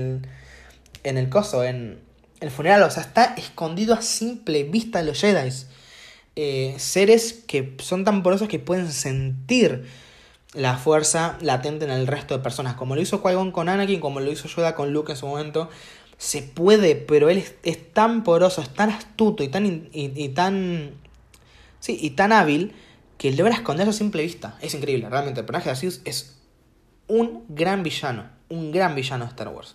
el coso, en el funeral, o sea, está escondido a simple vista de los Jedi. Seres que son tan poderosos que pueden sentir la fuerza latente en el resto de personas, como lo hizo Qui-Gon con Anakin, como lo hizo Yoda con Luke en su momento. Se puede, pero él es tan poderoso, es tan astuto y tan hábil que logra esconderlo a simple vista. Es increíble, realmente el personaje de Sidious es un gran villano de Star Wars.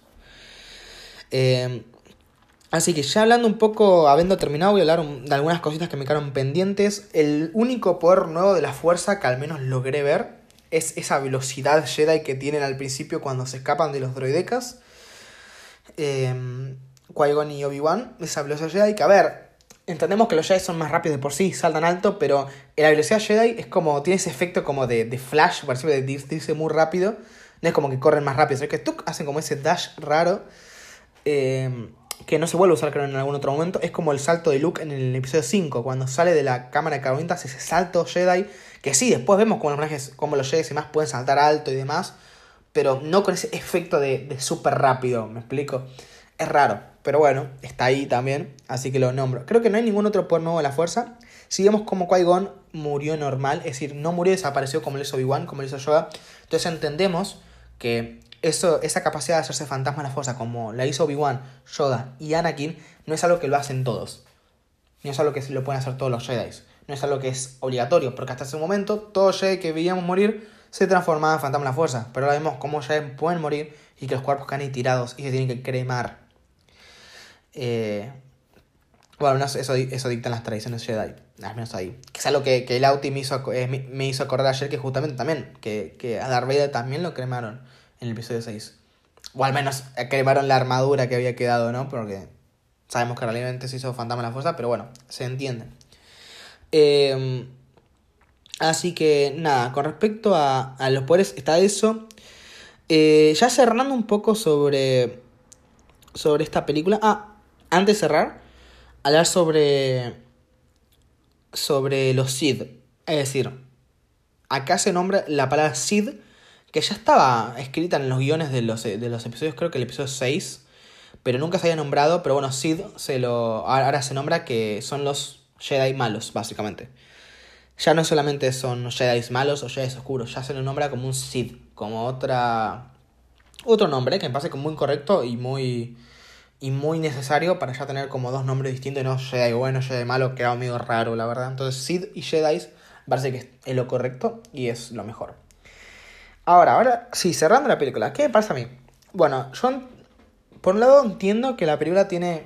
Así que ya hablando un poco, habiendo terminado, voy a hablar de algunas cositas que me quedaron pendientes. El único poder nuevo de la fuerza que al menos logré ver es esa velocidad Jedi que tienen al principio cuando se escapan de los droidecas. Qui-Gon y Obi-Wan, esa velocidad Jedi, que a ver, entendemos que los Jedi son más rápidos de por sí, saltan alto, pero la velocidad Jedi es como, tiene ese efecto como de flash, por decirlo, de irse muy rápido, no es como que corren más rápido, sino que ¡tuc! Hacen como ese dash raro, que no se vuelve a usar creo en algún otro momento, es como el salto de Luke en el episodio 5, cuando sale de la cámara de carbohidratos, ese salto Jedi, que sí, después vemos como los Jedi y demás pueden saltar alto y demás, pero no con ese efecto de súper rápido, ¿me explico? Es raro, pero bueno, está ahí también, así que lo nombro. Creo que no hay ningún otro poder nuevo de la fuerza. Si vemos como Qui-Gon murió normal, es decir, no murió y desapareció como lo hizo Obi-Wan, como lo hizo Yoda, entonces entendemos que esa capacidad de hacerse fantasma de la fuerza, como la hizo Obi-Wan, Yoda y Anakin, no es algo que lo hacen todos. No es algo que lo pueden hacer todos los Jedi. No es algo que es obligatorio, porque hasta ese momento, todos Jedi que veíamos morir se transformaban en fantasma de la fuerza. Pero ahora vemos cómo Jedi pueden morir y que los cuerpos caen ahí tirados y se tienen que cremar. Bueno, eso dictan las tradiciones Jedi, al menos ahí. Que es algo que el Auti me hizo acordar ayer, que justamente también, que a Darth Vader también lo cremaron en el episodio 6. O al menos cremaron la armadura que había quedado, ¿no? Porque sabemos que realmente se hizo fantasma de la fuerza, pero bueno, se entiende. Así que nada, con respecto a los poderes está eso. Ya cerrando un poco sobre esta película. Antes de cerrar, hablar sobre los Sith. Es decir, acá se nombra la palabra Sith, que ya estaba escrita en los guiones de los episodios, creo que el episodio 6, pero nunca se había nombrado. Pero bueno, Sith ahora se nombra que son los Jedi malos, básicamente. Ya no solamente son Jedi malos o Jedi oscuros, ya se lo nombra como un Sith, como otro nombre que me parece como muy correcto y muy necesario para ya tener como dos nombres distintos, no Jedi bueno, Jedi malo, queda medio raro, la verdad. Entonces Sith y Jedi parece que es lo correcto y es lo mejor. Ahora sí, cerrando la película, ¿qué me pasa a mí? Bueno, yo por un lado entiendo que la película tiene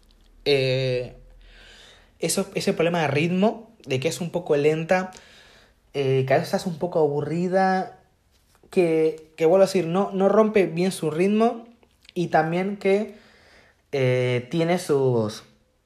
ese problema de ritmo, de que es un poco lenta, que a veces hace un poco aburrida, que vuelvo a decir, no rompe bien su ritmo, y también que tiene sus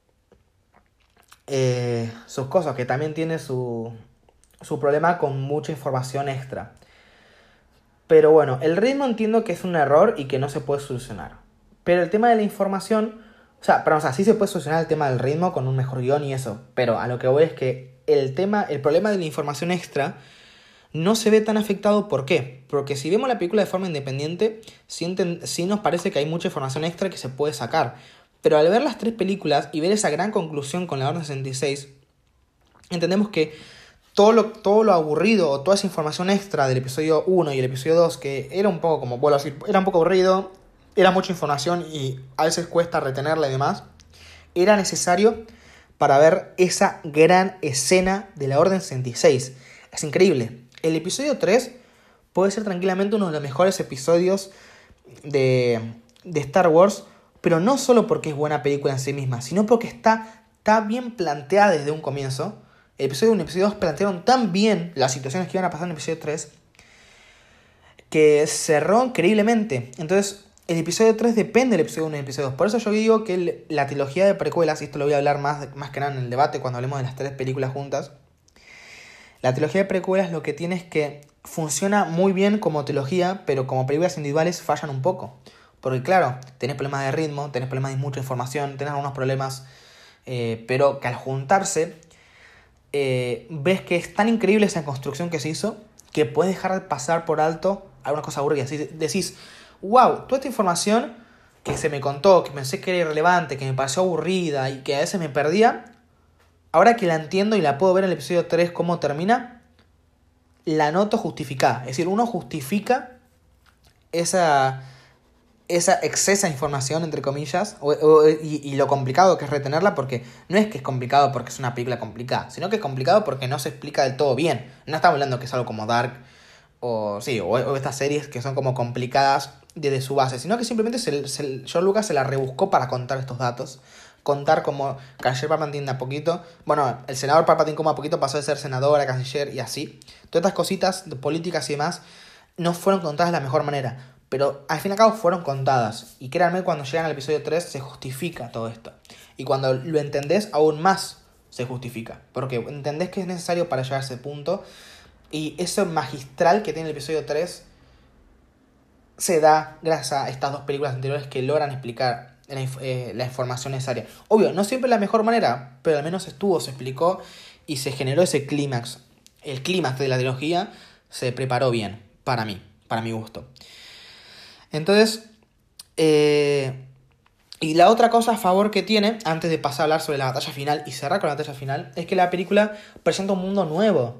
cosas, que también tiene su problema con mucha información extra. Pero bueno, el ritmo entiendo que es un error y que no se puede solucionar. Pero el tema de la información, sí se puede solucionar el tema del ritmo con un mejor guión y eso. Pero a lo que voy es que el problema de la información extra no se ve tan afectado. ¿Por qué? Porque si vemos la película de forma independiente, sí nos parece que hay mucha información extra que se puede sacar. Pero al ver las tres películas y ver esa gran conclusión con la Orden 66, entendemos que todo lo aburrido o toda esa información extra del episodio 1 y el episodio 2, que era un poco como, vuelvo a decir, era un poco aburrido, era mucha información y a veces cuesta retenerla y demás, era necesario para ver esa gran escena de la Orden 66. Es increíble. El episodio 3 puede ser tranquilamente uno de los mejores episodios de Star Wars, pero no solo porque es buena película en sí misma, sino porque está bien planteada desde un comienzo. El episodio 1 y el episodio 2 plantearon tan bien las situaciones que iban a pasar en el episodio 3 que cerró increíblemente. Entonces, el episodio 3 depende del episodio 1 y el episodio 2. Por eso yo digo que la trilogía de precuelas, y esto lo voy a hablar más que nada en el debate cuando hablemos de las tres películas juntas, la trilogía de precuelas lo que tiene es que funciona muy bien como trilogía, pero como películas individuales fallan un poco. Porque claro, tenés problemas de ritmo, tenés problemas de mucha información, tenés algunos problemas, pero que al juntarse ves que es tan increíble esa construcción que se hizo que puedes dejar de pasar por alto algunas cosas aburridas. Decís, wow, toda esta información que se me contó, que pensé que era irrelevante, que me pareció aburrida y que a veces me perdía, ahora que la entiendo y la puedo ver en el episodio 3 cómo termina, la noto justificada. Es decir, uno justifica esa excesa información, entre comillas, y lo complicado que es retenerla, porque no es que es complicado porque es una película complicada, sino que es complicado porque no se explica del todo bien. No estamos hablando que es algo como Dark, o estas series que son como complicadas desde su base, sino que simplemente George Lucas se la rebuscó para contar estos datos, contar como canciller Palpatine de a poquito, bueno, el senador Palpatine como a poquito pasó de ser senador a canciller y así. Todas estas cositas de políticas y demás no fueron contadas de la mejor manera. Pero al fin y al cabo fueron contadas. Y créanme, cuando llegan al episodio 3 se justifica todo esto. Y cuando lo entendés, aún más se justifica. Porque entendés que es necesario para llegar a ese punto. Y eso magistral que tiene el episodio 3 se da gracias a estas dos películas anteriores que logran explicar la información necesaria. Obvio, no siempre la mejor manera, pero al menos se explicó y se generó ese clímax. El clímax de la trilogía se preparó bien, para mí, para mi gusto. Entonces, y la otra cosa a favor que tiene, antes de pasar a hablar sobre la batalla final y cerrar con la batalla final, es que la película presenta un mundo nuevo.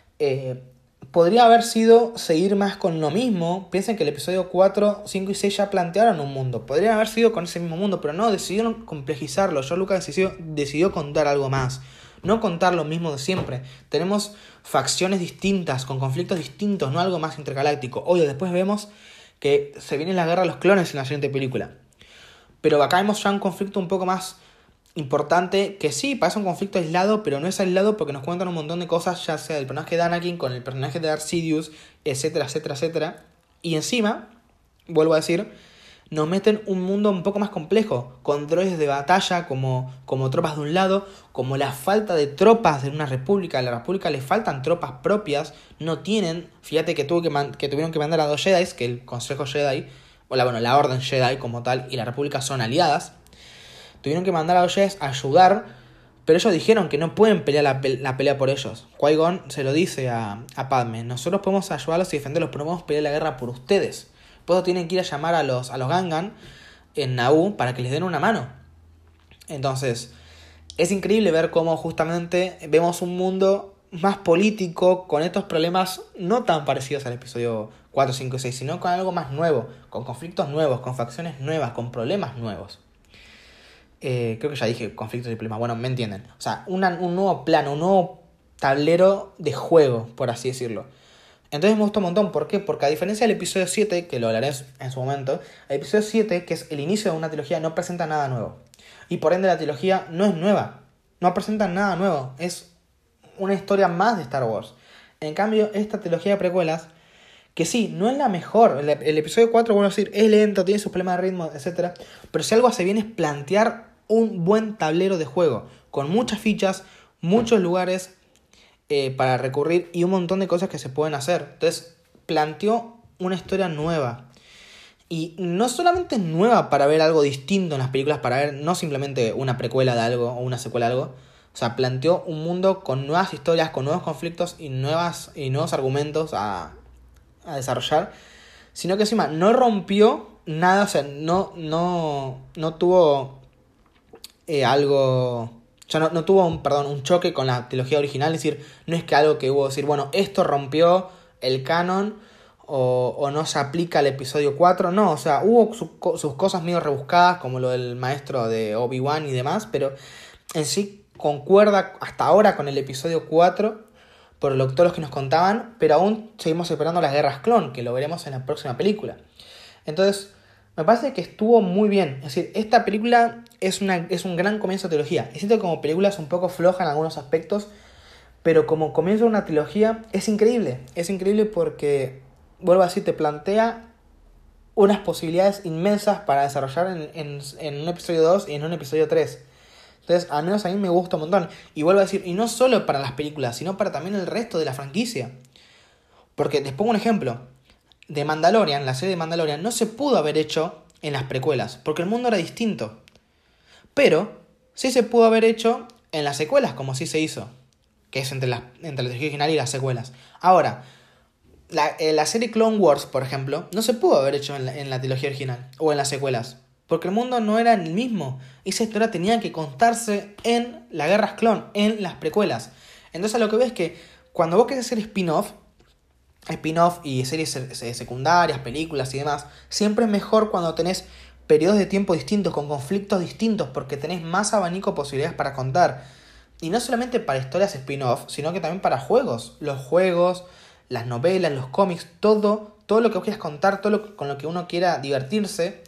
Podría haber sido seguir más con lo mismo. Piensen que el episodio 4, 5 y 6 ya plantearon un mundo. Podrían haber sido con ese mismo mundo, pero no, decidieron complejizarlo. George Lucas decidió contar algo más. No contar lo mismo de siempre. Tenemos facciones distintas, con conflictos distintos, no algo más intergaláctico. Oye, después vemos que se viene la guerra de los clones en la siguiente película. Pero acá vemos ya un conflicto un poco más importante, que sí, parece un conflicto aislado, pero no es aislado porque nos cuentan un montón de cosas, ya sea del personaje de Anakin con el personaje de Darth Sidious, etcétera, etcétera, etcétera. Y encima, vuelvo a decir, nos meten un mundo un poco más complejo, con droides de batalla como tropas de un lado, como la falta de tropas de una república. A la república le faltan tropas propias, no tienen. Fíjate que tuvieron que mandar a 2 Jedi, que el Consejo Jedi, la Orden Jedi como tal, y la república son aliadas. Tuvieron que mandar a 2 Jedi a ayudar, pero ellos dijeron que no pueden pelear la pelea por ellos. Qui-Gon se lo dice a Padme: nosotros podemos ayudarlos y defenderlos, pero no podemos pelear la guerra por ustedes. Por eso tienen que ir a llamar a los Gangan en Naboo para que les den una mano. Entonces, es increíble ver cómo justamente vemos un mundo más político, con estos problemas no tan parecidos al episodio 4, 5 y 6, sino con algo más nuevo, con conflictos nuevos, con facciones nuevas, con problemas nuevos. Creo que ya dije conflictos y problemas, bueno, me entienden. O sea, un nuevo plano, un nuevo tablero de juego, por así decirlo. Entonces me gustó un montón. ¿Por qué? Porque a diferencia del episodio 7, que lo hablaré en su momento, el episodio 7, que es el inicio de una trilogía, no presenta nada nuevo. Y por ende la trilogía no es nueva. No presenta nada nuevo. Es una historia más de Star Wars. En cambio, esta trilogía de precuelas, que sí, no es la mejor. El episodio 4, bueno, decir, es lento, tiene sus problemas de ritmo, etc. Pero si algo hace bien es plantear un buen tablero de juego. Con muchas fichas, muchos lugares para recurrir y un montón de cosas que se pueden hacer. Entonces planteó una historia nueva. Y no solamente nueva para ver algo distinto en las películas, para ver no simplemente una precuela de algo o una secuela de algo. O sea, planteó un mundo con nuevas historias, con nuevos conflictos y nuevos argumentos a desarrollar. Sino que encima no rompió nada, o sea, no tuvo algo... Ya no tuvo un choque con la trilogía original. Es decir, no es que algo que hubo decir, bueno, esto rompió el canon o no se aplica al episodio 4. No, o sea, hubo sus cosas medio rebuscadas, como lo del maestro de Obi-Wan y demás, pero en sí concuerda hasta ahora con el episodio 4 por todos los que nos contaban, pero aún seguimos esperando las guerras clon, que lo veremos en la próxima película. Entonces, me parece que estuvo muy bien. Es decir, esta película es un gran comienzo de trilogía. Es cierto que como película es un poco floja en algunos aspectos, pero como comienzo de una trilogía es increíble. Es increíble porque, vuelvo a decir, te plantea unas posibilidades inmensas para desarrollar en un episodio 2 y en un episodio 3. Entonces, al menos a mí me gusta un montón. Y vuelvo a decir, y no solo para las películas, sino para también el resto de la franquicia. Porque les pongo un ejemplo. De Mandalorian, la serie de Mandalorian, no se pudo haber hecho en las precuelas, porque el mundo era distinto. Pero sí se pudo haber hecho en las secuelas, como sí se hizo, que es entre la trilogía original y las secuelas. Ahora, la serie Clone Wars, por ejemplo, no se pudo haber hecho en la trilogía original o en las secuelas, porque el mundo no era el mismo. Esa historia tenía que contarse en las guerras clon, en las precuelas. Entonces lo que ves es que cuando vos querés hacer spin-off y series secundarias, películas y demás, siempre es mejor cuando tenés periodos de tiempo distintos, con conflictos distintos, porque tenés más abanico de posibilidades para contar. Y no solamente para historias spin-off, sino que también para juegos. Los juegos, las novelas, los cómics, todo lo que vos quieras contar, con lo que uno quiera divertirse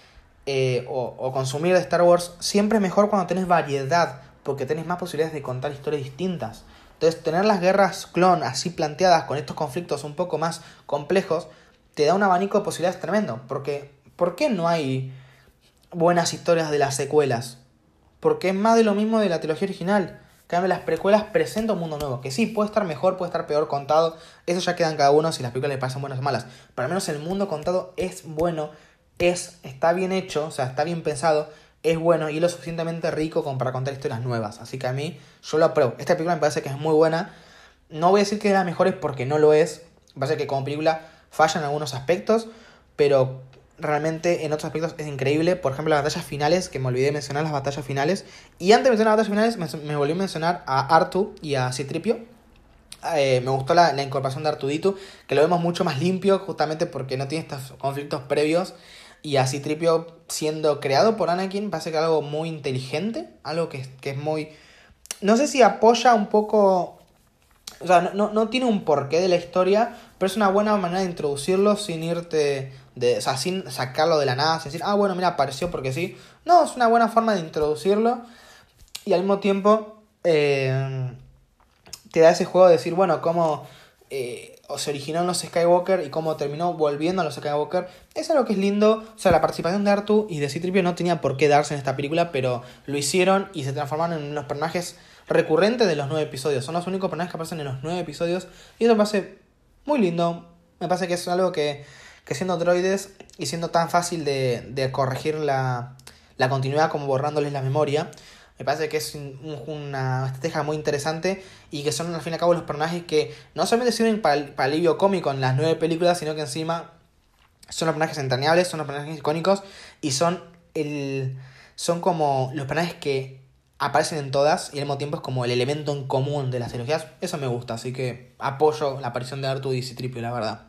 o consumir de Star Wars, siempre es mejor cuando tenés variedad, porque tenés más posibilidades de contar historias distintas. Entonces, tener las guerras clon así planteadas, con estos conflictos un poco más complejos, te da un abanico de posibilidades tremendo. Porque, ¿por qué no hay buenas historias de las secuelas? Porque es más de lo mismo de la trilogía original. En cambio, las precuelas presentan un mundo nuevo. Que sí, puede estar mejor, puede estar peor contado. Eso ya queda en cada uno si las películas le parecen buenas o malas. Pero al menos el mundo contado es bueno, está bien hecho, o sea, está bien pensado, es bueno y es lo suficientemente rico como para contar historias nuevas. Así que a mí, yo lo apruebo. Esta película me parece que es muy buena. No voy a decir que es de las mejores porque no lo es. Me parece que como película falla en algunos aspectos, pero realmente en otros aspectos es increíble. Por ejemplo, las batallas finales, que me olvidé de mencionar las batallas finales. Y antes de mencionar las batallas finales, me volví a mencionar a Artu y a Citripio. Me gustó la incorporación de Artudito, que lo vemos mucho más limpio, justamente porque no tiene estos conflictos previos. Y a Citripio siendo creado por Anakin, parece que algo muy inteligente, algo que es muy... No sé si apoya un poco... O sea, no tiene un porqué de la historia, pero es una buena manera de introducirlo sin irte... O sea, sin sacarlo de la nada, sin decir, ah, bueno, mira, apareció porque sí. No, es una buena forma de introducirlo y al mismo tiempo te da ese juego de decir, bueno, cómo se originó en los Skywalker y cómo terminó volviendo a los Skywalker. Es algo que es lindo. O sea, la participación de Artu y de Citripio no tenía por qué darse en esta película, pero lo hicieron y se transformaron en los personajes recurrentes de los 9 episodios. Son los únicos personajes que aparecen en los 9 episodios y eso me parece muy lindo. Me parece que es algo que siendo droides y siendo tan fácil de corregir la continuidad como borrándoles la memoria, me parece que es una estrategia muy interesante y que son al fin y al cabo los personajes que no solamente sirven para alivio cómico en las 9 películas, sino que encima son los personajes entrañables, son los personajes icónicos y son como los personajes que aparecen en todas y al mismo tiempo es como el elemento en común de las trilogías. Eso me gusta, así que apoyo la aparición de Artu y Citripio, la verdad.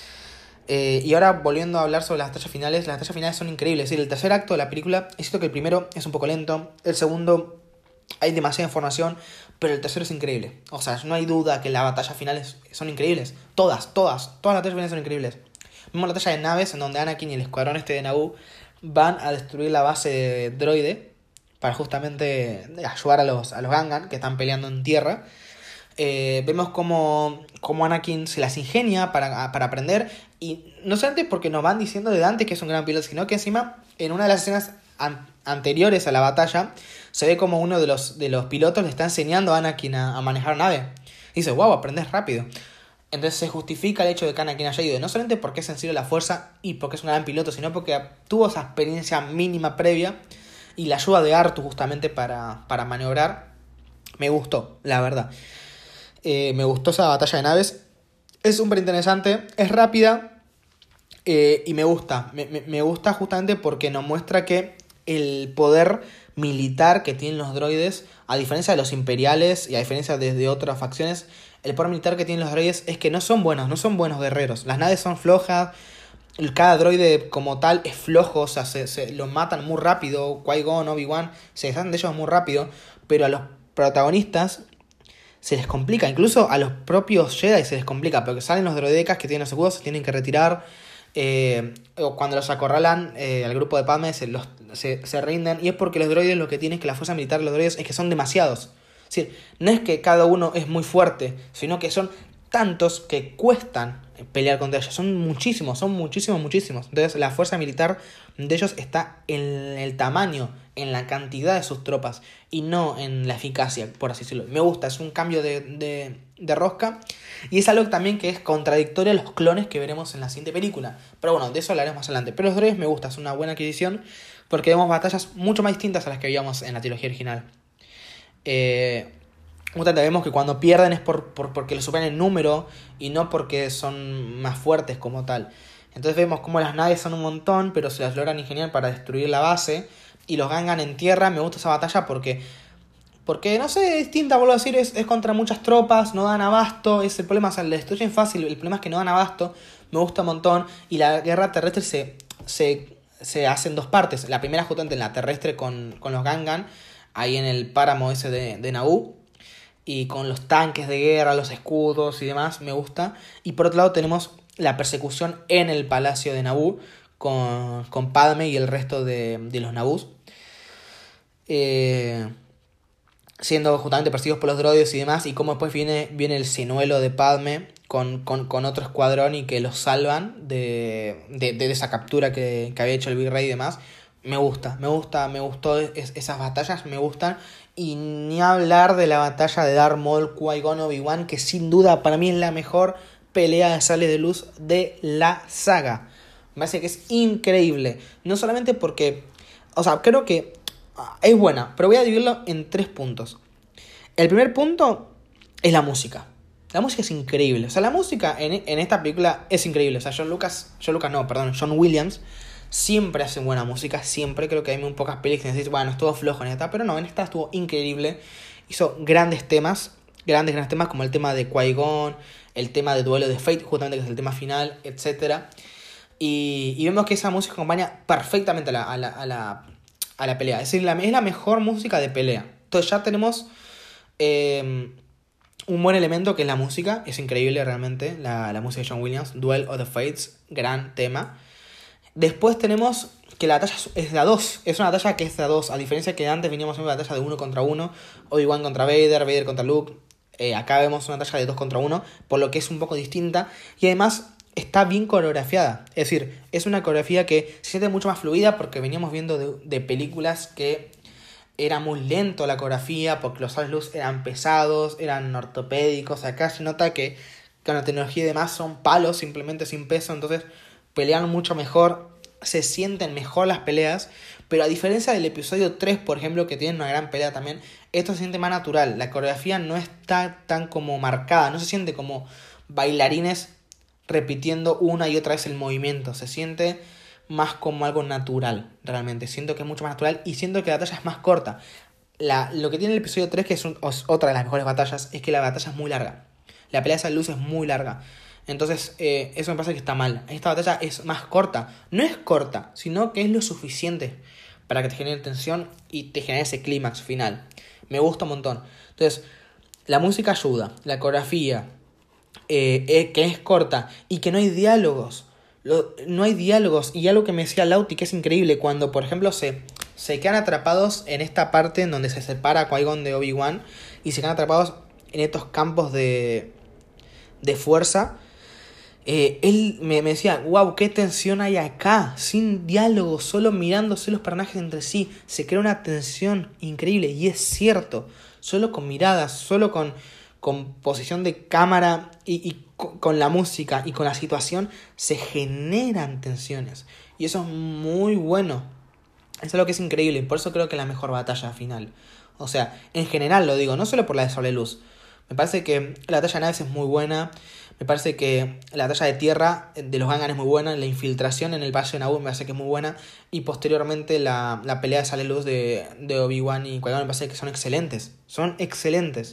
Y ahora volviendo a hablar sobre las batallas finales son increíbles. Es decir, el tercer acto de la película, es cierto que el primero es un poco lento, el segundo hay demasiada información, pero el tercero es increíble. O sea, no hay duda que las batallas finales son increíbles. Todas las batallas finales son increíbles. Vemos la batalla de naves en donde Anakin y el escuadrón de Naboo van a destruir la base de droide para justamente ayudar a los Gungan que están peleando en tierra. Vemos cómo Anakin se las ingenia para aprender. Y no solamente porque nos van diciendo de Dante que es un gran piloto, sino que encima en una de las escenas anteriores a la batalla se ve como uno de los pilotos le está enseñando a Anakin a manejar nave. Y dice, wow, aprendes rápido. Entonces se justifica el hecho de que Anakin haya ido, no solamente porque es sensible a la fuerza y porque es un gran piloto, sino porque tuvo esa experiencia mínima previa y la ayuda de Artu justamente para maniobrar. Me gustó, la verdad. Me gustó esa batalla de naves. Es súper interesante, es rápida y me gusta. Me gusta justamente porque nos muestra que el poder militar que tienen los droides, a diferencia de los imperiales y a diferencia de otras facciones, el poder militar que tienen los droides es que no son buenos guerreros. Las naves son flojas, cada droide como tal es flojo, o sea, se los matan muy rápido. Qui-Gon, Obi-Wan se deshacen de ellos muy rápido, pero a los protagonistas se les complica, incluso a los propios Jedi se les complica, porque salen los droidecas que tienen los escudos, se tienen que retirar, o cuando los acorralan al grupo de Padme se rinden, y es porque los droides lo que tienen es que la fuerza militar de los droides es que son demasiados. Es decir, no es que cada uno es muy fuerte, sino que son tantos que cuestan pelear contra ellos. Son muchísimos. Entonces la fuerza militar de ellos está en el tamaño, en la cantidad de sus tropas y no en la eficacia, por así decirlo. Me gusta, es un cambio de rosca y es algo también que es contradictorio a los clones que veremos en la siguiente película. Pero bueno, de eso hablaremos más adelante. Pero los droides me gusta, es una buena adquisición porque vemos batallas mucho más distintas a las que veíamos en la trilogía original. Vemos que cuando pierden es porque lo superan en número y no porque son más fuertes como tal. Entonces vemos como las naves son un montón, pero se las logran ingeniar para destruir la base. Y los Gungan en tierra. Me gusta esa batalla porque no sé, es distinta, vuelvo a decir, es contra muchas tropas, no dan abasto, es el problema, o sea, le destruyen fácil, el problema es que no dan abasto, me gusta un montón. Y la guerra terrestre se hace en dos partes. La primera justamente en la terrestre con los Gungan, ahí en el páramo ese de Naboo. Y con los tanques de guerra, los escudos y demás, me gusta. Y por otro lado tenemos la persecución en el palacio de Naboo con Padme y el resto de los Nabús. Siendo justamente perseguidos por los droides y demás. Y cómo después viene el señuelo de Padme con otro escuadrón y que los salvan de esa captura que había hecho el Virrey y demás. Me gustó esas batallas, me gustan. Y ni hablar de la batalla de Darth Maul, Qui-Gon, Obi-Wan, que sin duda para mí es la mejor pelea de sables de luz de la saga. Me parece que es increíble. No solamente porque, o sea, creo que es buena, pero voy a dividirlo en 3 puntos. El primer punto es la música. La música es increíble. O sea, la música en esta película es increíble. O sea, John Williams siempre hace buena música. Siempre. Creo que hay muy pocas películas que decís, bueno, estuvo flojo en esta. Pero no, en esta estuvo increíble. Hizo grandes temas. Grandes temas como el tema de Qui-Gon. El tema de Duelo de Fate, justamente que es el tema final, etc. Y vemos que esa música acompaña perfectamente a la pelea. Es decir, es la mejor música de pelea. Entonces ya tenemos un buen elemento que es la música. Es increíble realmente la música de John Williams. Duel of the Fates, gran tema. Después tenemos que la batalla es de a 2. Es una batalla que es de a 2. A diferencia que antes veníamos en una batalla de 1 contra 1. Obi-Wan contra Vader, Vader contra Luke. Acá vemos una batalla de 2 contra 1. Por lo que es un poco distinta. Y además está bien coreografiada. Es decir, es una coreografía que se siente mucho más fluida. Porque veníamos viendo de películas que era muy lento la coreografía. Porque los sables luz eran pesados, eran ortopédicos. Acá se nota que con la tecnología y demás son palos simplemente sin peso. Entonces pelean mucho mejor, se sienten mejor las peleas, pero a diferencia del episodio 3, por ejemplo, que tiene una gran pelea también, esto se siente más natural, la coreografía no está tan como marcada, no se siente como bailarines repitiendo una y otra vez el movimiento, se siente más como algo natural, realmente, siento que es mucho más natural y siento que la batalla es más corta. Lo que tiene el episodio 3, que es otra de las mejores batallas, es que la batalla es muy larga, la pelea de esa luz es muy larga. Entonces, eso me parece que está mal. Esta batalla es más corta. No es corta, sino que es lo suficiente para que te genere tensión y te genere ese clímax final. Me gusta un montón. Entonces, la música ayuda, la coreografía, que es corta y que no hay diálogos. No hay diálogos. Y algo que me decía Lauti que es increíble, cuando, por ejemplo, se quedan atrapados en esta parte en donde se separa Qui-Gon de Obi-Wan y se quedan atrapados en estos campos de fuerza. Él me decía, wow, qué tensión hay acá, sin diálogo, solo mirándose los personajes entre sí, se crea una tensión increíble, y es cierto, solo con miradas, solo con posición de cámara y con la música y con la situación, se generan tensiones, y eso es muy bueno, eso es lo que es increíble, y por eso creo que es la mejor batalla final, o sea, en general lo digo, no solo por la de sable luz, me parece que la batalla de naves es muy buena. Me parece que la batalla de tierra de los Gungan es muy buena. La infiltración en el Valle de Naboo me parece que es muy buena. Y posteriormente la pelea de sable luz de Obi-Wan y Qui-Gon me parece que son excelentes. Son excelentes.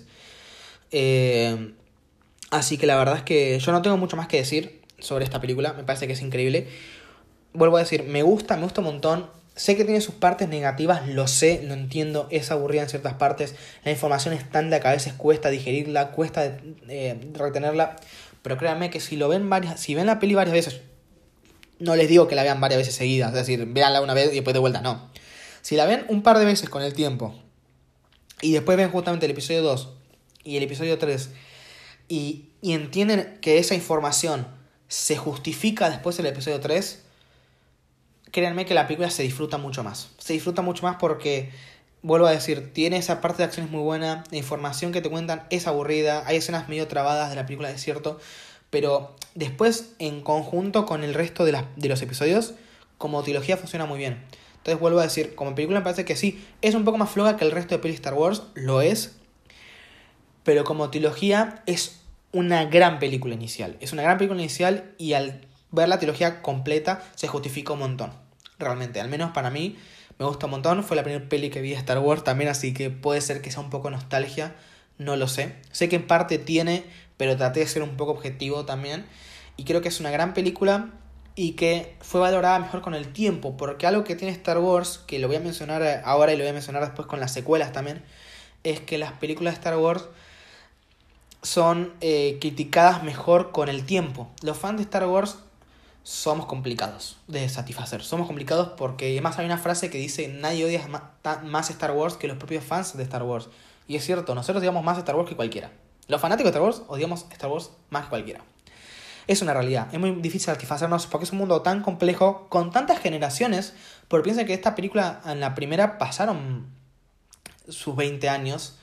Así que la verdad es que yo no tengo mucho más que decir sobre esta película. Me parece que es increíble. Vuelvo a decir, me gusta un montón. Sé que tiene sus partes negativas, lo sé, lo entiendo, es aburrida en ciertas partes, la información es tanta que a veces cuesta digerirla, cuesta retenerla, pero créanme que si ven la peli varias veces, no les digo que la vean varias veces seguidas, es decir, véanla una vez y después de vuelta, no. Si la ven un par de veces con el tiempo, y después ven justamente el episodio 2 y el episodio 3, y entienden que esa información se justifica después del episodio 3, créanme que la película se disfruta mucho más. Se disfruta mucho más porque, vuelvo a decir, tiene esa parte de acción es muy buena, la información que te cuentan es aburrida, hay escenas medio trabadas de la película, es cierto, pero después, en conjunto con el resto de los episodios, como trilogía funciona muy bien. Entonces, vuelvo a decir, como película me parece que sí, es un poco más floja que el resto de pelis Star Wars, lo es, pero como trilogía es una gran película inicial. Es una gran película inicial y al ver la trilogía completa se justifica un montón. Realmente, al menos para mí, me gusta un montón. Fue la primera peli que vi de Star Wars también, así que puede ser que sea un poco nostalgia, no lo sé. Sé que en parte tiene, pero traté de ser un poco objetivo también. Y creo que es una gran película y que fue valorada mejor con el tiempo, porque algo que tiene Star Wars, que lo voy a mencionar ahora y lo voy a mencionar después con las secuelas también, es que las películas de Star Wars son criticadas mejor con el tiempo. Los fans de Star Wars somos complicados de satisfacer. Somos complicados porque además hay una frase que dice: nadie odia más Star Wars que los propios fans de Star Wars. Y es cierto, nosotros digamos más Star Wars que cualquiera. Los fanáticos de Star Wars odiamos Star Wars más que cualquiera. Es una realidad, es muy difícil satisfacernos porque es un mundo tan complejo, con tantas generaciones, porque piensa que esta película en la primera pasaron sus 20 años.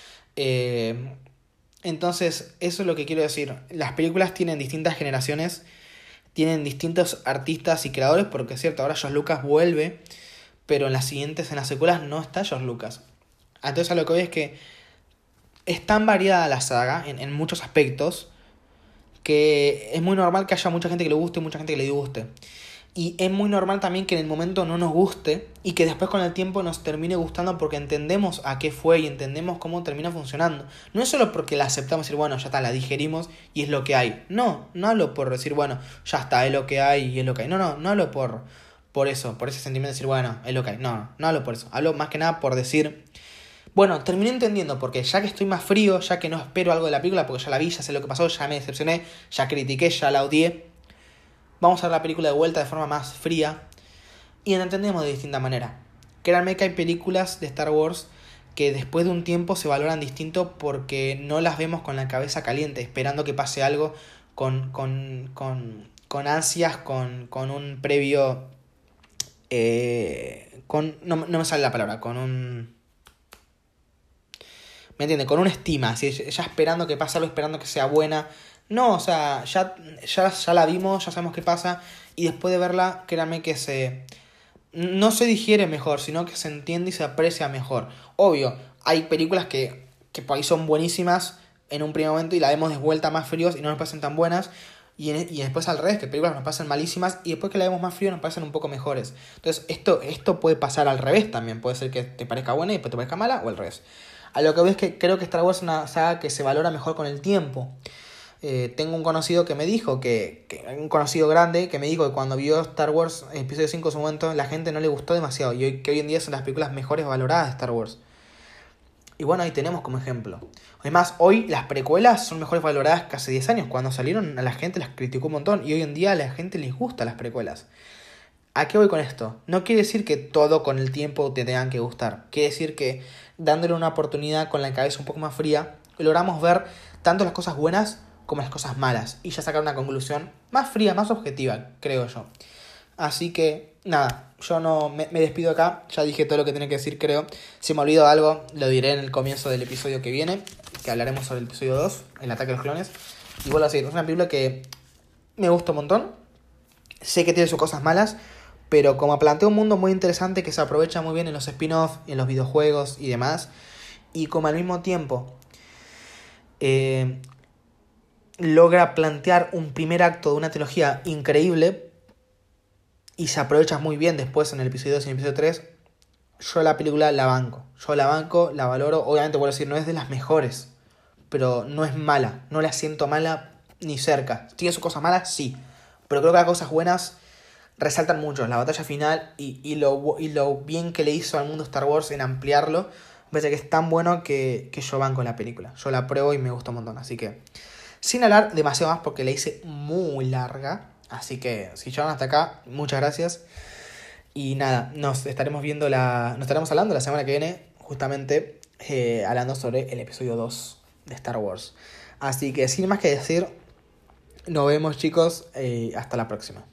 Entonces, eso es lo que quiero decir. Las películas tienen distintas generaciones, tienen distintos artistas y creadores, porque es cierto, ahora George Lucas vuelve, pero en las siguientes, en las secuelas, no está George Lucas. Entonces, a lo que voy es que es tan variada la saga en muchos aspectos que es muy normal que haya mucha gente que le guste y mucha gente que le disguste. Y es muy normal también que en el momento no nos guste y que después con el tiempo nos termine gustando porque entendemos a qué fue y entendemos cómo termina funcionando. No es solo porque la aceptamos y decir, bueno, ya está, la digerimos y es lo que hay. No, no hablo por decir, bueno, ya está, es lo que hay y es lo que hay. No hablo por eso, por ese sentimiento de decir, bueno, es lo que hay. No hablo por eso. Hablo más que nada por decir, bueno, terminé entendiendo porque ya que estoy más frío, ya que no espero algo de la película porque ya la vi, ya sé lo que pasó, ya me decepcioné, ya critiqué, ya la odié. Vamos a ver la película de vuelta de forma más fría y la entendemos de distinta manera. Créanme que hay películas de Star Wars que después de un tiempo se valoran distinto porque no las vemos con la cabeza caliente, esperando que pase algo con ansias, con un previo... no me sale la palabra, con un... ¿Me entiendes? Con una estima, así, ya esperando que pase algo, esperando que sea buena. No, o sea, ya la vimos, ya sabemos qué pasa. Y después de verla, créanme que no se digiere mejor, sino que se entiende y se aprecia mejor. Obvio, hay películas que por ahí son buenísimas en un primer momento y la vemos de vuelta más fríos y no nos parecen tan buenas. Y después al revés, que películas nos pasan malísimas y después que la vemos más frío nos parecen un poco mejores. Entonces esto puede pasar al revés también. Puede ser que te parezca buena y después te parezca mala o al revés. A lo que veo es que creo que Star Wars es una saga que se valora mejor con el tiempo. Tengo un conocido que me dijo, un conocido grande, que me dijo que cuando vio Star Wars episodio 5 en su momento, la gente no le gustó demasiado. Y que hoy en día son las películas mejores valoradas de Star Wars. Y bueno, ahí tenemos como ejemplo. Además, hoy las precuelas son mejores valoradas que hace 10 años. Cuando salieron, a la gente las criticó un montón. Y hoy en día a la gente les gustan las precuelas. ¿A qué voy con esto? No quiere decir que todo con el tiempo te tengan que gustar. Quiere decir que dándole una oportunidad con la cabeza un poco más fría, logramos ver tanto las cosas buenas como las cosas malas. Y ya sacar una conclusión más fría, más objetiva, creo yo. Así que, nada, yo no me despido acá. Ya dije todo lo que tenía que decir, creo. Si me olvido algo, lo diré en el comienzo del episodio que viene, que hablaremos sobre el episodio 2, el ataque a los clones. Y vuelvo a decir, es una película que me gusta un montón. Sé que tiene sus cosas malas, pero como plantea un mundo muy interesante que se aprovecha muy bien en los spin-off, en los videojuegos y demás, y como al mismo tiempo logra plantear un primer acto de una trilogía increíble y se aprovecha muy bien después en el episodio 2 y en el episodio 3, yo la película la banco. Yo la banco, la valoro, obviamente vuelvo a decir, no es de las mejores, pero no es mala, no la siento mala ni cerca. ¿Tiene sus cosas malas? Sí, pero creo que las cosas buenas resaltan mucho. La batalla final y lo bien que le hizo al mundo Star Wars en ampliarlo. Me parece que es tan bueno que yo banco la película. Yo la apruebo y me gusta un montón. Así que, sin hablar demasiado más porque la hice muy larga. Así que, si llegaron hasta acá, muchas gracias. Y nada, nos estaremos hablando la semana que viene, justamente hablando sobre el episodio 2 de Star Wars. Así que, sin más que decir, nos vemos, chicos. Hasta la próxima.